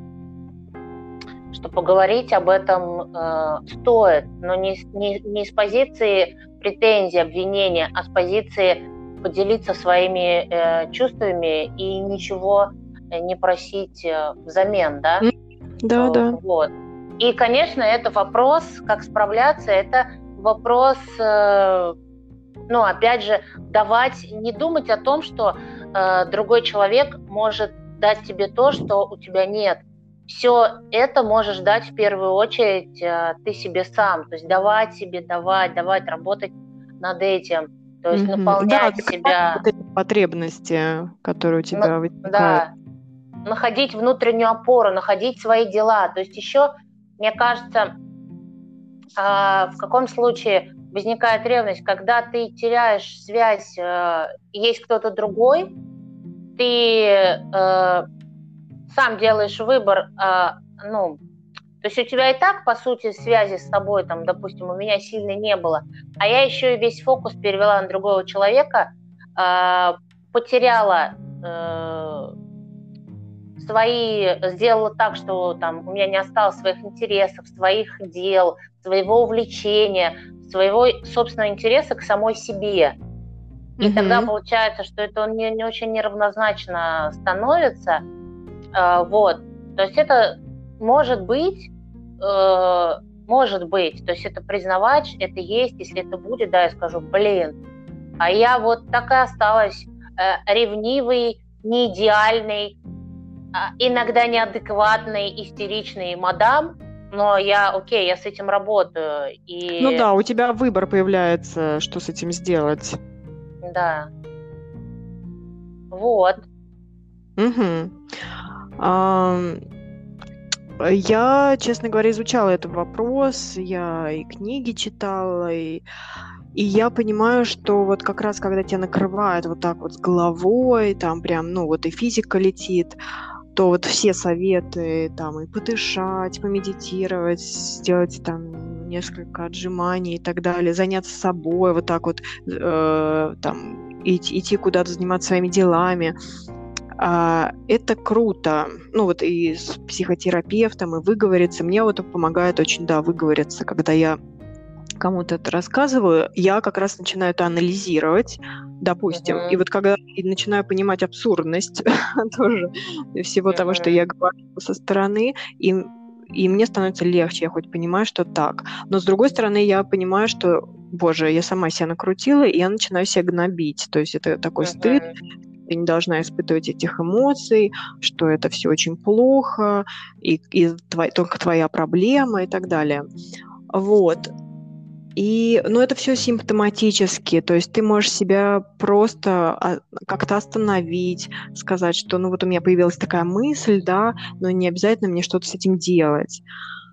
что поговорить об этом э, стоит, но не, не, не с позиции претензий, обвинения, а с позиции поделиться своими э, чувствами и ничего не просить э, взамен, да? Да, Э, да. Вот. И, конечно, это вопрос, как справляться, это вопрос, э, ну, опять же, давать, не думать о том, что э, другой человек может дать тебе то, что у тебя нет. Все это можешь дать в первую очередь э, ты себе сам. То есть давать себе, давать, давать, работать над этим. То есть Мгм. Да, наполнять закрывать себя. вот эти потребности, которые у тебя Ну, возникают. да, находить внутреннюю опору, находить свои дела. То есть еще, мне кажется, а, в каком случае возникает ревность, когда ты теряешь связь, э, есть кто-то другой, ты э, сам делаешь выбор, э, ну, то есть у тебя и так, по сути, связи с собой, там, допустим, у меня сильно не было, а я еще и весь фокус перевела на другого человека, э, потеряла э, свои, сделала так, что там у меня не осталось своих интересов, своих дел, своего увлечения, своего собственного интереса к самой себе. И Мгм. тогда получается, что это не, не очень неравнозначно становится. Э, вот. То есть это может быть, э, может быть, то есть это признавать, это есть, если это будет, да, я скажу, блин, а я вот так и осталась э, ревнивой, неидеальной, а, иногда неадекватной, истеричной мадам, но я, окей, я с этим работаю, Ну и да, у тебя выбор появляется, что с этим сделать. да, вот. Мгм. Ам, Я, честно говоря, изучала этот вопрос, я и книги читала, и, и я понимаю, что вот как раз когда тебя накрывает вот так вот с головой, там прям, ну вот и физика летит, то вот все советы, там и подышать, помедитировать, сделать там несколько отжиманий и так далее, заняться собой, вот так вот э, там идти, идти куда-то заниматься своими делами. А, это круто. Ну вот и с психотерапевтом, и выговориться. Мне вот это помогает очень, да, выговориться, когда я кому-то это рассказываю, я как раз начинаю это анализировать, допустим, и Мгм, вот когда и начинаю понимать абсурдность тоже всего того, что мгм, я говорю со стороны, и, и мне становится легче, я хоть понимаю, что так. Но с другой стороны, я понимаю, что, боже, я сама себя накрутила, и я начинаю себя гнобить. То есть это такой стыд, мгм, ты не должна испытывать этих эмоций, что это все очень плохо, и, и твой, только твоя проблема и так далее. Вот. И, ну, это все симптоматически, то есть ты можешь себя просто а, как-то остановить, сказать, что, ну, вот у меня появилась такая мысль, да, но не обязательно мне что-то с этим делать.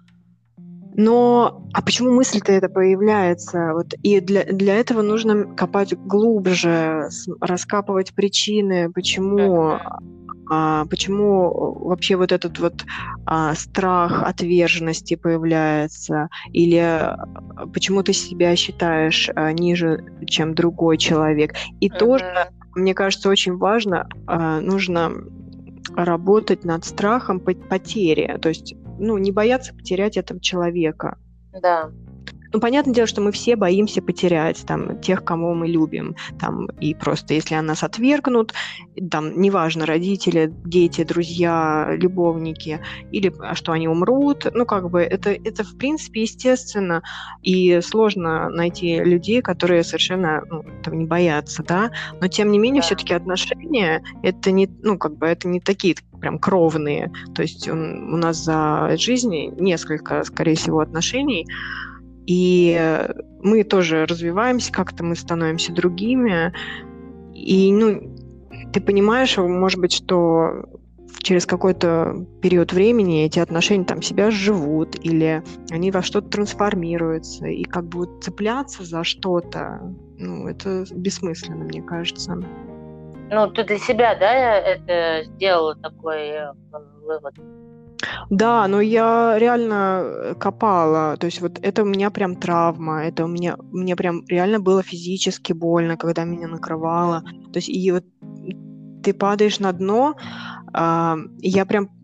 Но, а почему мысль-то эта появляется? Вот, и для, для этого нужно копать глубже, с- раскапывать причины, почему мгм, а, почему вообще вот этот вот а, страх отверженности появляется? Или а, почему ты себя считаешь а, ниже, чем другой человек? И тоже, мгм. мне кажется, очень важно, а, нужно работать над страхом по- потери. То есть, ну, не бояться потерять этого человека. Да, Ну, понятное дело, что мы все боимся потерять там тех, кого мы любим. Там, и просто если они нас отвергнут, там, неважно, родители, дети, друзья, любовники, или а, что они умрут, ну, как бы это, это в принципе естественно, и сложно найти людей, которые совершенно ну, этого не боятся, да, но тем не менее да. все-таки отношения, это не, ну, как бы это не такие прям кровные, то есть он, у нас за жизнь несколько, скорее всего, отношений, и мы тоже развиваемся, как-то мы становимся другими. И, ну, ты понимаешь, может быть, что через какой-то период времени эти отношения там себя живут, или они во что-то трансформируются, и как бы вот цепляться за что-то, ну, это бессмысленно, мне кажется. Ну, ты для себя, да, это сделала такой э, вывод? Да, но я реально э, копала. То есть вот это у меня прям травма. Это у меня, мне прям реально было физически больно, когда меня накрывало. То есть и вот ты падаешь на дно. а, и я прям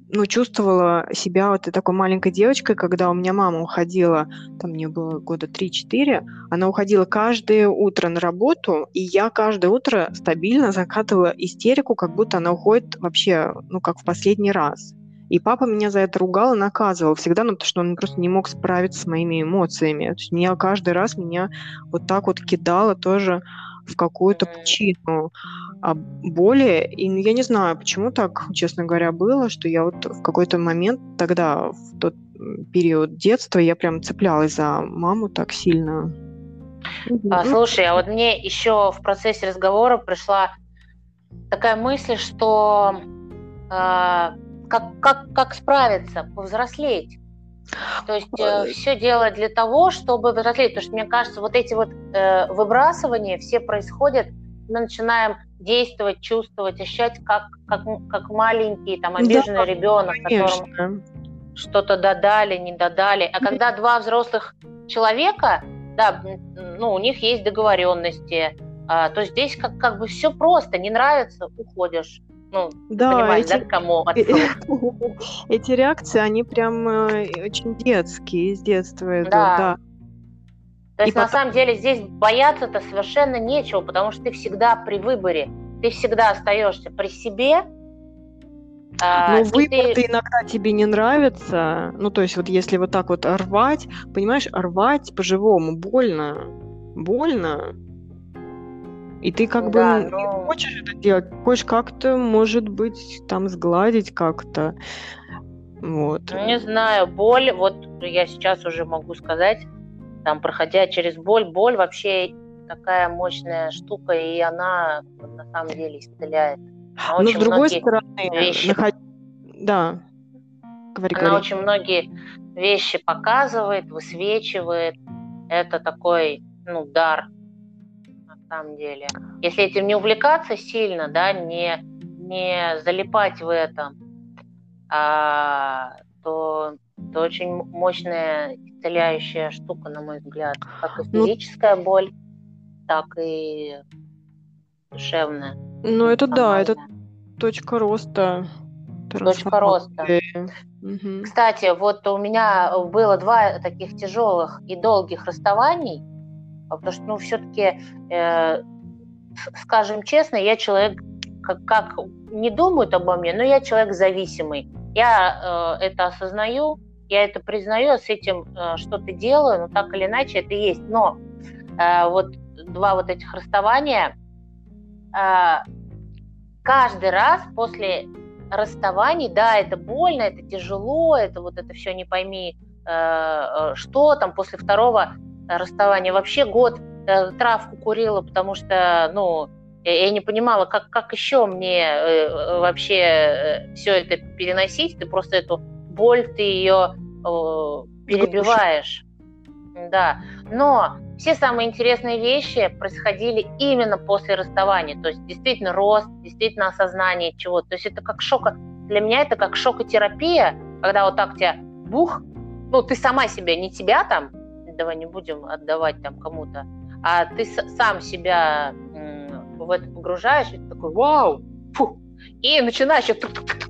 ну, чувствовала себя вот такой маленькой девочкой, когда у меня мама уходила, там мне было года три-четыре, она уходила каждое утро на работу, и я каждое утро стабильно закатывала истерику, как будто она уходит вообще, ну, как в последний раз. И папа меня за это ругал и наказывал всегда, ну, потому что он просто не мог справиться с моими эмоциями. То есть меня каждый раз меня вот так вот кидало тоже в какую-то Мгм. пучину а, боли. И ну, я не знаю, почему так, честно говоря, было, что я вот в какой-то момент тогда, в тот м, период детства, я прям цеплялась за маму так сильно. Мгм. А, Ну, слушай, а вот мне еще в процессе разговора пришла такая мысль, что а, как, как, как справиться, повзрослеть. То есть э, все делать для того, чтобы взрослеть. Потому что, мне кажется, вот эти вот э, выбрасывания все происходят, мы начинаем действовать, чувствовать, ощущать, как, как, как маленький там да, обиженный ребенок, которому конечно. что-то додали, не додали. А Мгм. когда два взрослых человека, да, м, ну, у них есть договоренности, а, то здесь как, как бы все просто. Не нравится — уходишь. Ну, ты Да, понимаешь, да, эти, к кому э, отсылка? эти реакции, они прям э, очень детские, из детства идут, Да. да. То И есть на потом, самом деле здесь бояться-то совершенно нечего, потому что ты всегда при выборе, ты всегда остаешься при себе, но а, и выбор-то ты, иногда тебе не нравится. Ну, то есть вот если вот так вот рвать, понимаешь, рвать по-живому больно, больно. И ты как бы да, н- не ну, хочешь это делать, хочешь как-то, может быть, там сгладить как-то. Вот. не знаю, боль, вот я сейчас уже могу сказать, там, проходя через боль, боль вообще такая мощная штука, и она вот, на самом деле исцеляет. Она Но с очень другой многие стороны, вещи, наход... да, говори, она говори. очень многие вещи показывает, высвечивает. Это такой, ну, дар на самом деле. Если этим не увлекаться сильно, да, не, не залипать в этом, а, то, то очень мощная исцеляющая штука, на мой взгляд. Как и Ну, физическая боль, так и душевная, ну это да, это эмоциональная. точка роста, Точка роста. трансформации. Мгм. Кстати, вот у меня было два таких тяжелых и долгих расставаний, потому что, ну, все-таки, э, скажем честно, я человек, как, как не думают обо мне, но я человек зависимый. Я э, это осознаю, я это признаю, я с этим э, что-то делаю, но так или иначе это есть. Но э, вот два вот этих расставания, э, каждый раз после расставаний, да, это больно, это тяжело, это вот это все не пойми, э, э, что там после второго расставания. Вообще год э, травку курила, потому что, ну, я, я не понимала, как, как еще мне э, вообще э, все это переносить. Ты просто эту боль, ты ее э, Глушит. перебиваешь. Да, но все самые интересные вещи происходили именно после расставания. То есть действительно рост, действительно осознание чего-то. То есть это как шока. Для меня это как шокотерапия, когда вот так тебя бух, ну ты сама себя, не тебя там, давай не будем отдавать там кому-то, а ты с- сам себя м, в это погружаешь, и ты такой вау, фу, и начинаешь, и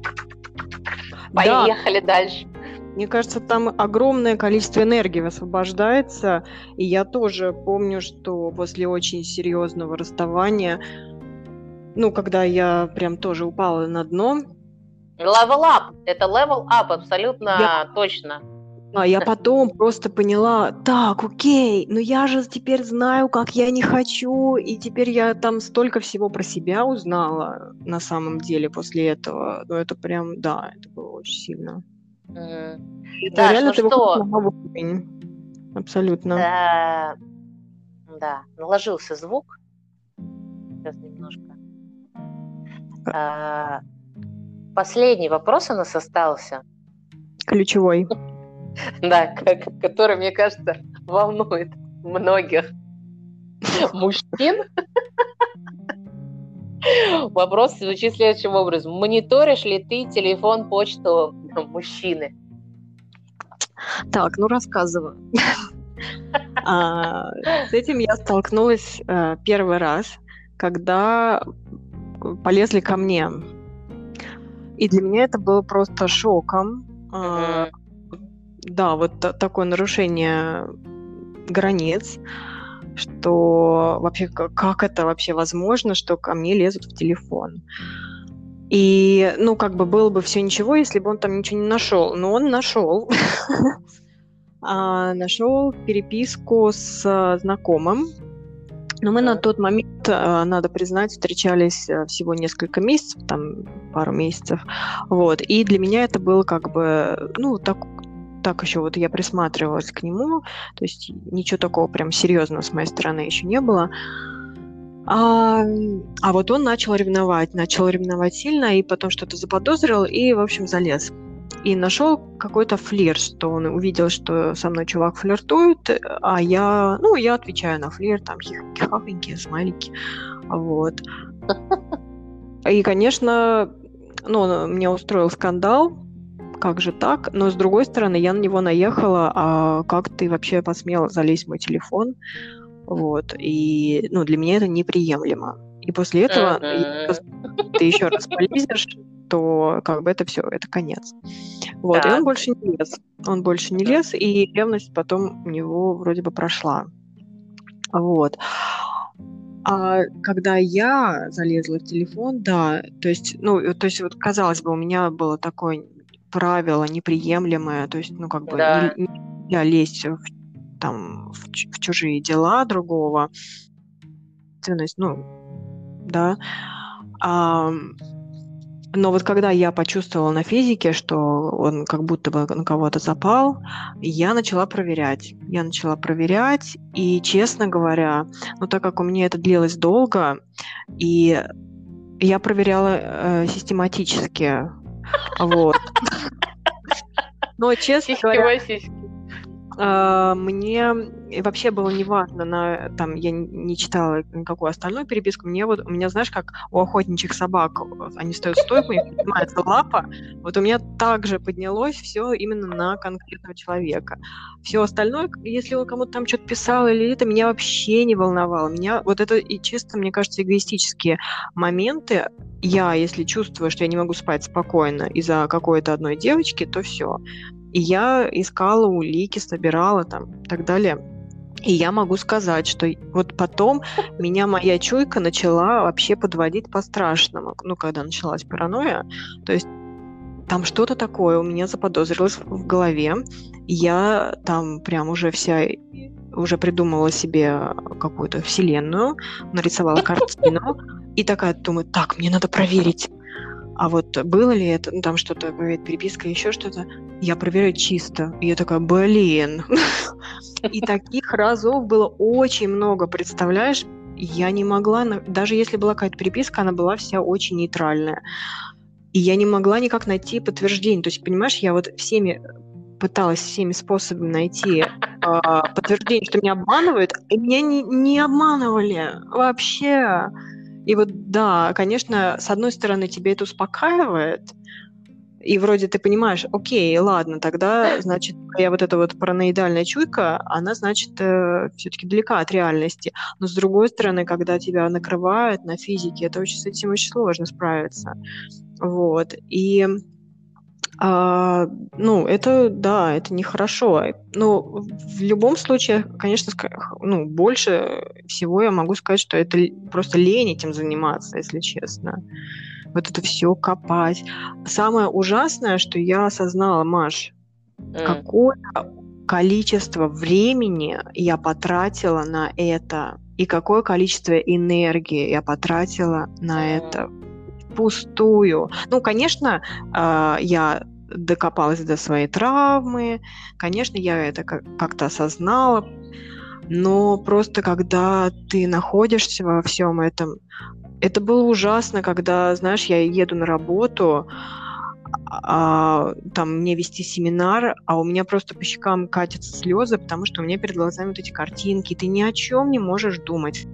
Да, поехали дальше. мне кажется, там огромное количество энергии высвобождается. И я тоже помню, что после очень серьезного расставания, ну, когда я прям тоже упала на дно, Level up, это level up, я, абсолютно точно. а, я потом просто поняла, так, окей, но я же теперь знаю, как я не хочу, и теперь я там столько всего про себя узнала на самом деле после этого. Ну, это прям, да, это было очень сильно. Мгм. И это Даш, реально ну ты выходишь что, на новый уровень. Абсолютно. э, да, наложился звук. Сейчас немножко. Э, Последний вопрос у нас остался, Ключевой. да, к- который, мне кажется, волнует многих мужчин. Вопрос звучит следующим образом. Мониторишь ли ты телефон, почту мужчины? Так, ну рассказываю. А, С этим я столкнулась э, первый раз, когда полезли ко мне. И для меня это было просто шоком. А, Мгм. Да, вот та- такое нарушение границ, что вообще ка- как это вообще возможно, что ко мне лезут в телефон. И, ну, как бы было бы все ничего, если бы он там ничего не нашел. Но он нашел. А, Нашел переписку с а, знакомым. Но мы на Мгм. тот момент, а, надо признать, встречались а, всего несколько месяцев, там пару месяцев. Вот. И для меня это было как бы, ну, так, так еще вот я присматривалась к нему, то есть ничего такого прям серьезного с моей стороны еще не было. А, а вот он начал ревновать, начал ревновать сильно, и потом что-то заподозрил, и, в общем, залез. И нашел какой-то флирт, что он увидел, что со мной чувак флиртует, а я, ну, я отвечаю на флирт, там, хихоньки, смайлики, вот. И, конечно, ну, он мне устроил скандал, как же так? Но, с другой стороны, я на него наехала, а как ты вообще посмела залезть в мой телефон? Вот, и, ну, для меня это неприемлемо. И после этого, если Мгм. ты еще раз полезешь, то как бы это все, это конец. Вот, и он Так. больше не лез. Он больше не Мгм. лез, и ревность потом у него вроде бы прошла. Вот. А когда я залезла в телефон, да, то есть, ну, э, то есть вот казалось бы, у меня было такое правило неприемлемое, то есть, ну, как бы не, Да. нельзя лезть в, там, в, ч- в чужие дела другого, ответственность, ну, да. Ам, но вот когда я почувствовала на физике, что он как будто бы на кого-то запал, я начала проверять. Я начала проверять, и, честно говоря, ну, так как у меня это длилось долго, и я проверяла э, систематически, вот. Но, честно говоря, Сиськи-васиськи. А, мне и вообще было неважно, на, там, я н- не читала никакую остальную переписку. Мне вот, у меня, знаешь, как у охотничьих собак, вот они стоят в стойку, у них поднимается лапа. Вот у меня также поднялось все именно на конкретного человека. Все остальное, к- если он кому-то там что-то писал или это, меня вообще не волновало. Меня вот это и чисто, мне кажется, эгоистические моменты. Я, если чувствую, что я не могу спать спокойно из-за какой-то одной девочки, то все. И я искала улики, собирала там и так далее. И я могу сказать, что вот потом меня моя чуйка начала вообще подводить по-страшному. Ну, когда началась паранойя, то есть там что-то такое у меня заподозрилось в голове. И я там прям уже вся уже придумала себе какую-то вселенную, нарисовала картину. И такая думаю, так, мне надо проверить, а вот было ли это, ну, там что-то, бывает, переписка, еще что-то, я проверяю чисто. И я такая, блин. И таких разов было очень много, представляешь? Я не могла, на- даже если была какая-то переписка, она была вся очень нейтральная. И я не могла никак найти подтверждение. То есть, понимаешь, я вот всеми пыталась всеми способами найти а, подтверждение, что меня обманывают, и меня не, не обманывали вообще. И вот да, конечно, с одной стороны, тебе это успокаивает, и вроде ты понимаешь, окей, ладно, тогда, значит, я вот эта вот параноидальная чуйка, она, значит, э, все-таки далека от реальности. Но с другой стороны, когда тебя накрывает на физике, это очень, с этим очень сложно справиться. Вот. И а, ну, это, да, это нехорошо. Но в любом случае, конечно, ска- ну, больше всего я могу сказать, что это л- просто лень этим заниматься, если честно. Вот это все копать. Самое ужасное, что я осознала, Маш, М. какое количество времени я потратила на это, и какое количество энергии я потратила на М. это впустую. Ну, конечно, а, я докопалась до своей травмы, конечно, я это как- как-то осознала, но просто когда ты находишься во всем этом, это было ужасно, когда, знаешь, я еду на работу, а, там мне вести семинар, а у меня просто по щекам катятся слезы, потому что у меня перед глазами вот эти картинки, и ты ни о чем не можешь думать.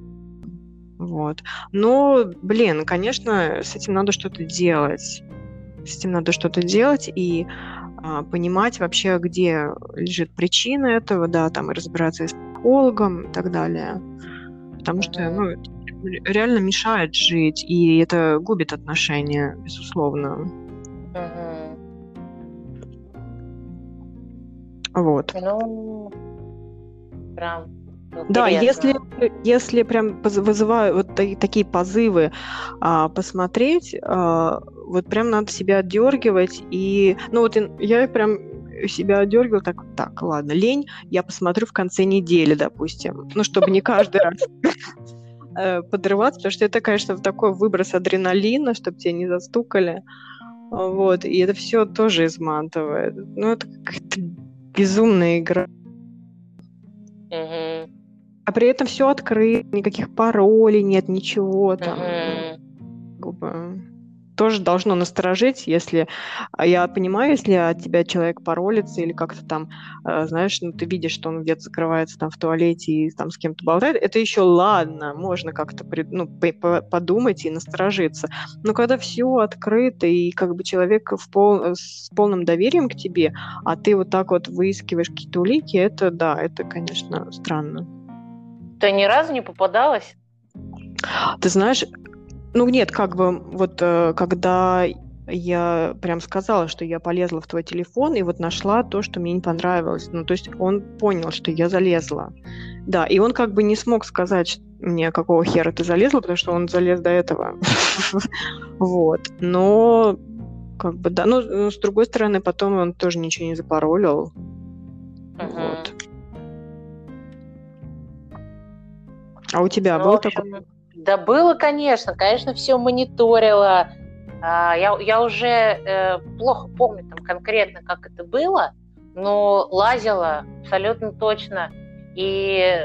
Вот. Но, блин, конечно, с этим надо что-то делать. С этим надо что-то делать и а, понимать вообще, где лежит причина этого, да, там и разбираться и с психологом и так далее. Потому что, Мгм. ну, реально мешает жить, и это губит отношения, безусловно. Мгм. Вот. Ну, прям Да, если, интересно. если прям поз- вызываю вот та- такие позывы а, посмотреть, а, вот прям надо себя отдергивать. И, ну вот ин- я прям себя отдергиваю, так, так, ладно, лень, я посмотрю в конце недели, допустим. Ну, чтобы не каждый раз э, подрываться, потому что это, конечно, такой выброс адреналина, чтобы тебя не застукали. А, Вот, и это все тоже изматывает. Ну, это какая-то безумная игра. Мгм. А при этом все открыто, никаких паролей нет, ничего там. Ну, Мгм. как бы тоже должно насторожить, если а я понимаю, если от тебя человек паролится или как-то там, э, знаешь, ну ты видишь, что он где-то закрывается там в туалете и там с кем-то болтает, это еще ладно, можно как-то при- ну, по- по- подумать и насторожиться. Но когда все открыто и как бы человек в пол- с полным доверием к тебе, а ты вот так вот выискиваешь какие-то улики, это да, это, конечно, странно. Ты ни разу не попадалась? Ты знаешь, ну нет, как бы вот э, когда я прям сказала, что я полезла в твой телефон и вот нашла то, что мне не понравилось. Ну, то есть он понял, что я залезла. Да, и он как бы не смог сказать ш- мне, какого хера ты залезла, потому что он залез до этого. Вот. Но как бы да. Ну, ну, с другой стороны, потом он тоже ничего не запаролил. Вот. Мгм. А у тебя Ну, в был такой? общем, да было, конечно, конечно, все мониторила. А, Я, я уже э, плохо помню там конкретно, как это было, но лазила абсолютно точно. И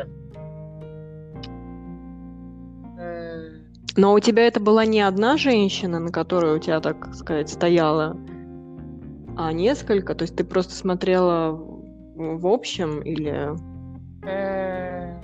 м, Но у тебя это была не одна женщина, на которой у тебя, так сказать, стояла, а несколько? То есть ты просто смотрела в в общем или... м,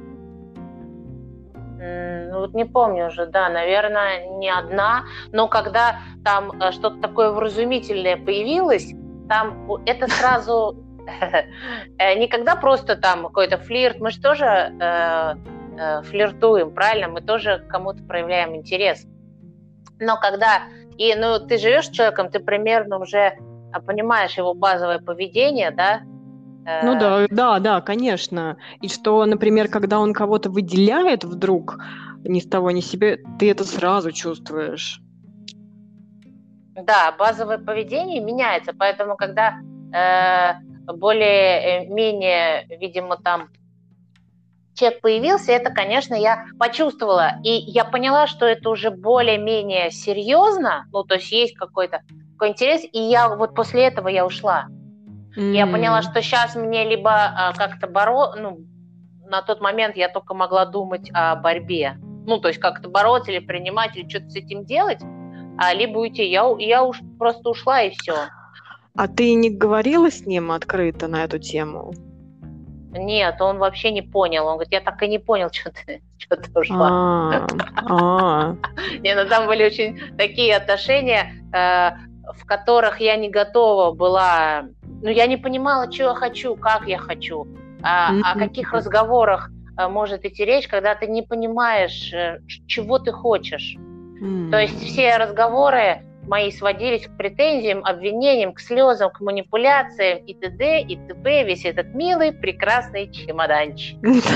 м, ну вот не помню уже, да, наверное, не одна, но когда там э, что-то такое вразумительное появилось, там у- это сразу э, не когда просто там какой-то флирт, мы же тоже э, э, флиртуем, правильно? Мы тоже к кому-то проявляем интерес. Но когда и ну ты живешь с человеком, ты примерно уже а, понимаешь его базовое поведение, да? Ну Э, да, да, да, конечно. И что, например, когда он кого-то выделяет вдруг ни с того ни с сего, ты это сразу чувствуешь. Да, базовое поведение меняется, поэтому когда э, более-менее, видимо, там человек появился, это, конечно, я почувствовала. И я поняла, что это уже более-менее серьезно, ну, то есть есть какой-то такой интерес, и я вот после этого я ушла. Я поняла, М. что сейчас мне либо а, как-то боро... ну, на тот момент я только могла думать о борьбе. Ну, то есть как-то бороться или принимать, или что-то с этим делать, а, либо уйти. Я, я уж просто ушла, и все. А ты не говорила с ним открыто на эту тему? Нет, он вообще не понял. Он говорит, я так и не понял, что ты, что ты ушла. А, а, Не, ну там были очень такие отношения, э, в которых я не готова была, ну я не понимала, что я хочу, как я хочу, а, о каких м, разговорах э, может идти речь, когда ты не понимаешь, э, чего ты хочешь. То есть м. все разговоры мои сводились к претензиям, обвинениям, к слезам, к манипуляциям и т.д. и т.п. Весь этот милый, прекрасный чемоданчик.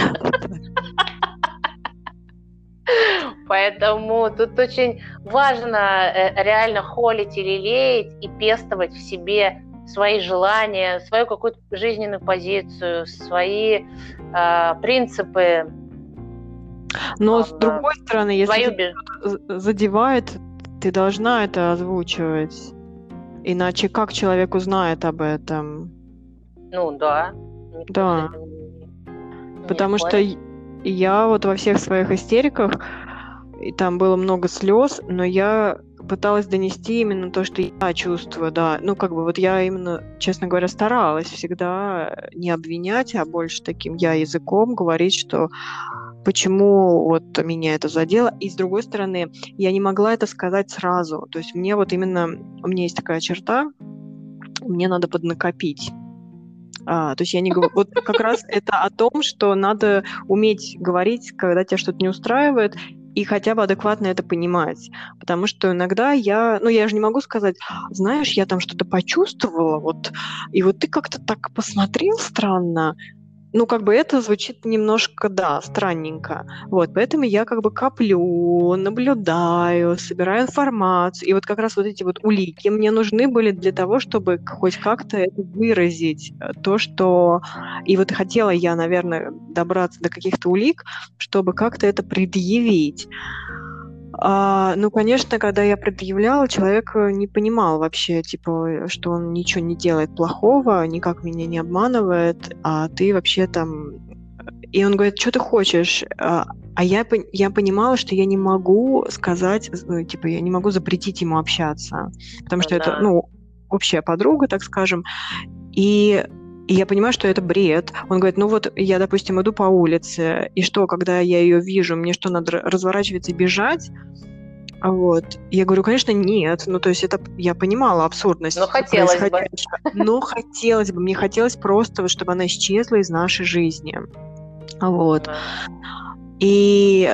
Поэтому тут очень важно э, реально холить или лелеять и пестовать в себе свои желания, свою какую-то жизненную позицию, свои э, принципы, Но с э, другой стороны, если свою... тебя бе- з- задевает, ты должна это озвучивать. Иначе как человек узнает об этом? Ну да, никто с Да, этим не, не потому что спорит. и- я вот во всех своих истериках, и там было много слез, но я пыталась донести именно то, что я чувствую, да. Ну, как бы вот я именно, честно говоря, старалась всегда не обвинять, а больше таким я языком говорить, что почему вот меня это задело. И с другой стороны, я не могла это сказать сразу. То есть мне вот именно, у меня есть такая черта, мне надо поднакопить. А, то есть я не говорю, вот как раз это о том, что надо уметь говорить, когда тебя что-то не устраивает, и хотя бы адекватно это понимать. Потому что иногда я, ну, я же не могу сказать, знаешь, я там что-то почувствовала, вот, и вот ты как-то так посмотрел странно. Ну, как бы это звучит немножко, да, странненько. Вот, поэтому я как бы коплю, наблюдаю, собираю информацию. И вот как раз вот эти вот улики мне нужны были для того, чтобы к- хоть как-то это выразить. э, То, что... И вот хотела я, наверное, добраться до каких-то улик, чтобы как-то это предъявить. А, ну, конечно, когда я предъявляла, человек э, не понимал вообще, типа, что он ничего не делает плохого, никак меня не обманывает, а ты вообще там... И он говорит, что ты хочешь? А а я, пон- я понимала, что я не могу сказать, э, типа, я не могу запретить ему общаться, потому Ну что это, да. ну, общая подруга, так скажем, и и я понимаю, что это бред. Он говорит, ну вот я, допустим, иду по улице, и что, когда я ее вижу, мне что, надо р- разворачиваться и бежать? А вот. Я говорю, конечно, нет. Ну, то есть это я понимала Но абсурдность хотелось бы. происходящего, но хотелось бы, мне хотелось просто, вот, чтобы она исчезла из нашей жизни. Вот. Да. И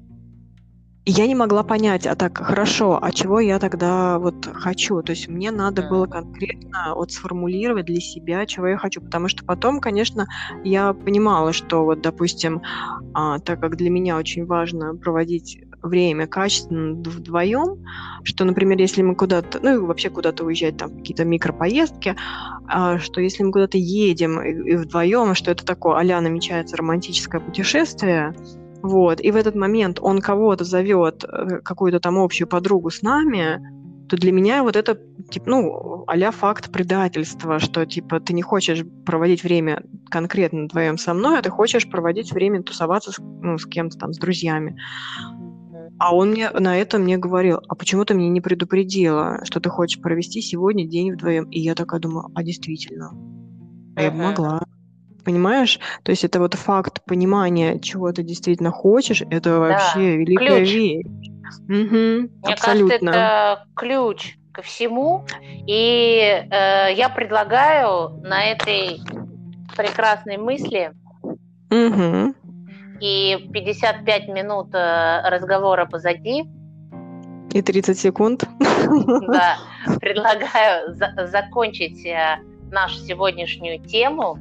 я не могла понять, а так хорошо, а чего я тогда вот хочу? То есть мне надо было М. конкретно вот сформулировать для себя, чего я хочу, потому что потом, конечно, я понимала, что вот, допустим, а, так как для меня очень важно проводить время качественно вдвоем, что, например, если мы куда-то, ну и вообще куда-то уезжать, там какие-то микропоездки, а, что если мы куда-то едем и, и вдвоем, что это такое а-ля намечается романтическое путешествие, вот, и в этот момент он кого-то зовет, э, какую-то там общую подругу с нами, то для меня вот это, типа, ну, а-ля факт предательства, что, типа, ты не хочешь проводить время конкретно вдвоем со мной, а ты хочешь проводить время, тусоваться с, ну, с кем-то там, с друзьями. Мгм. А он мне на это мне говорил, а почему ты мне не предупредила, что ты хочешь провести сегодня день вдвоем? И я такая думаю, а действительно, а я бы Мгм. могла. Понимаешь? То есть это вот факт понимания, чего ты действительно хочешь, это Да. вообще великая Ключ. вещь. Мгм. Мне кажется, Абсолютно. это ключ ко всему. И э, я предлагаю на этой прекрасной мысли Мгм. и пятьдесят пять минут э, разговора позади, И тридцать секунд. да, предлагаю за- закончить э, нашу сегодняшнюю тему.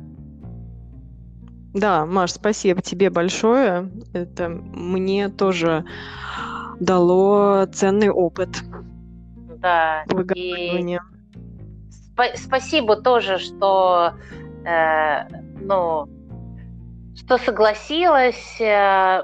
Да, Маш, спасибо тебе большое. Это мне тоже дало ценный опыт Да, и выговаривания. спа- спасибо тоже, что, э, ну, что согласилась. э,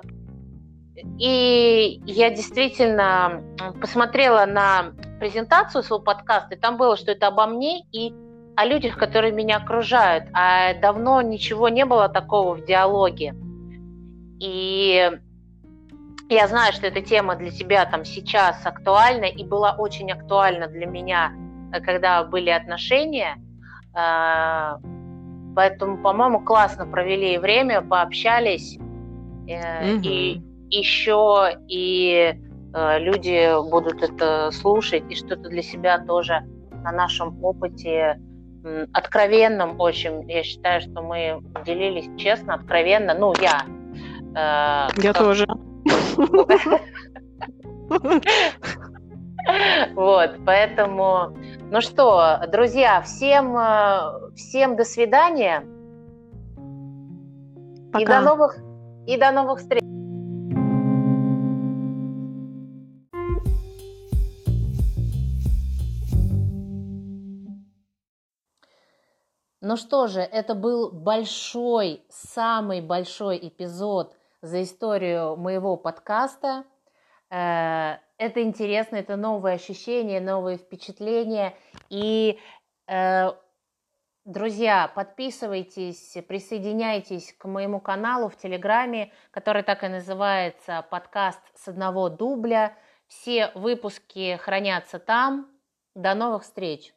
И я действительно м, посмотрела на презентацию своего подкаста, и там было, что это обо мне и о людях, которые меня окружают. А давно ничего не было такого в диалоге. И я знаю, что эта тема для тебя там сейчас актуальна и была очень актуальна для меня, э, когда были отношения. А, Поэтому, по-моему, классно провели время, пообщались. Э, И Мгм. еще и э, люди будут это слушать и что-то для себя тоже на нашем опыте м, откровенном очень. Я считаю, что мы делились честно, откровенно. Ну, я. э, Я как- тоже. Вот, поэтому, ну что, друзья, всем, э, всем до свидания и до Пока. новых, и до новых встреч. Ну что же, это был большой, самый большой эпизод за историю моего подкаста. Э, Это интересно, это новые ощущения, новые впечатления. И, э, друзья, подписывайтесь, присоединяйтесь к моему каналу в Телеграме, который так и называется «Подкаст с одного дубля». Все выпуски хранятся там. До новых встреч!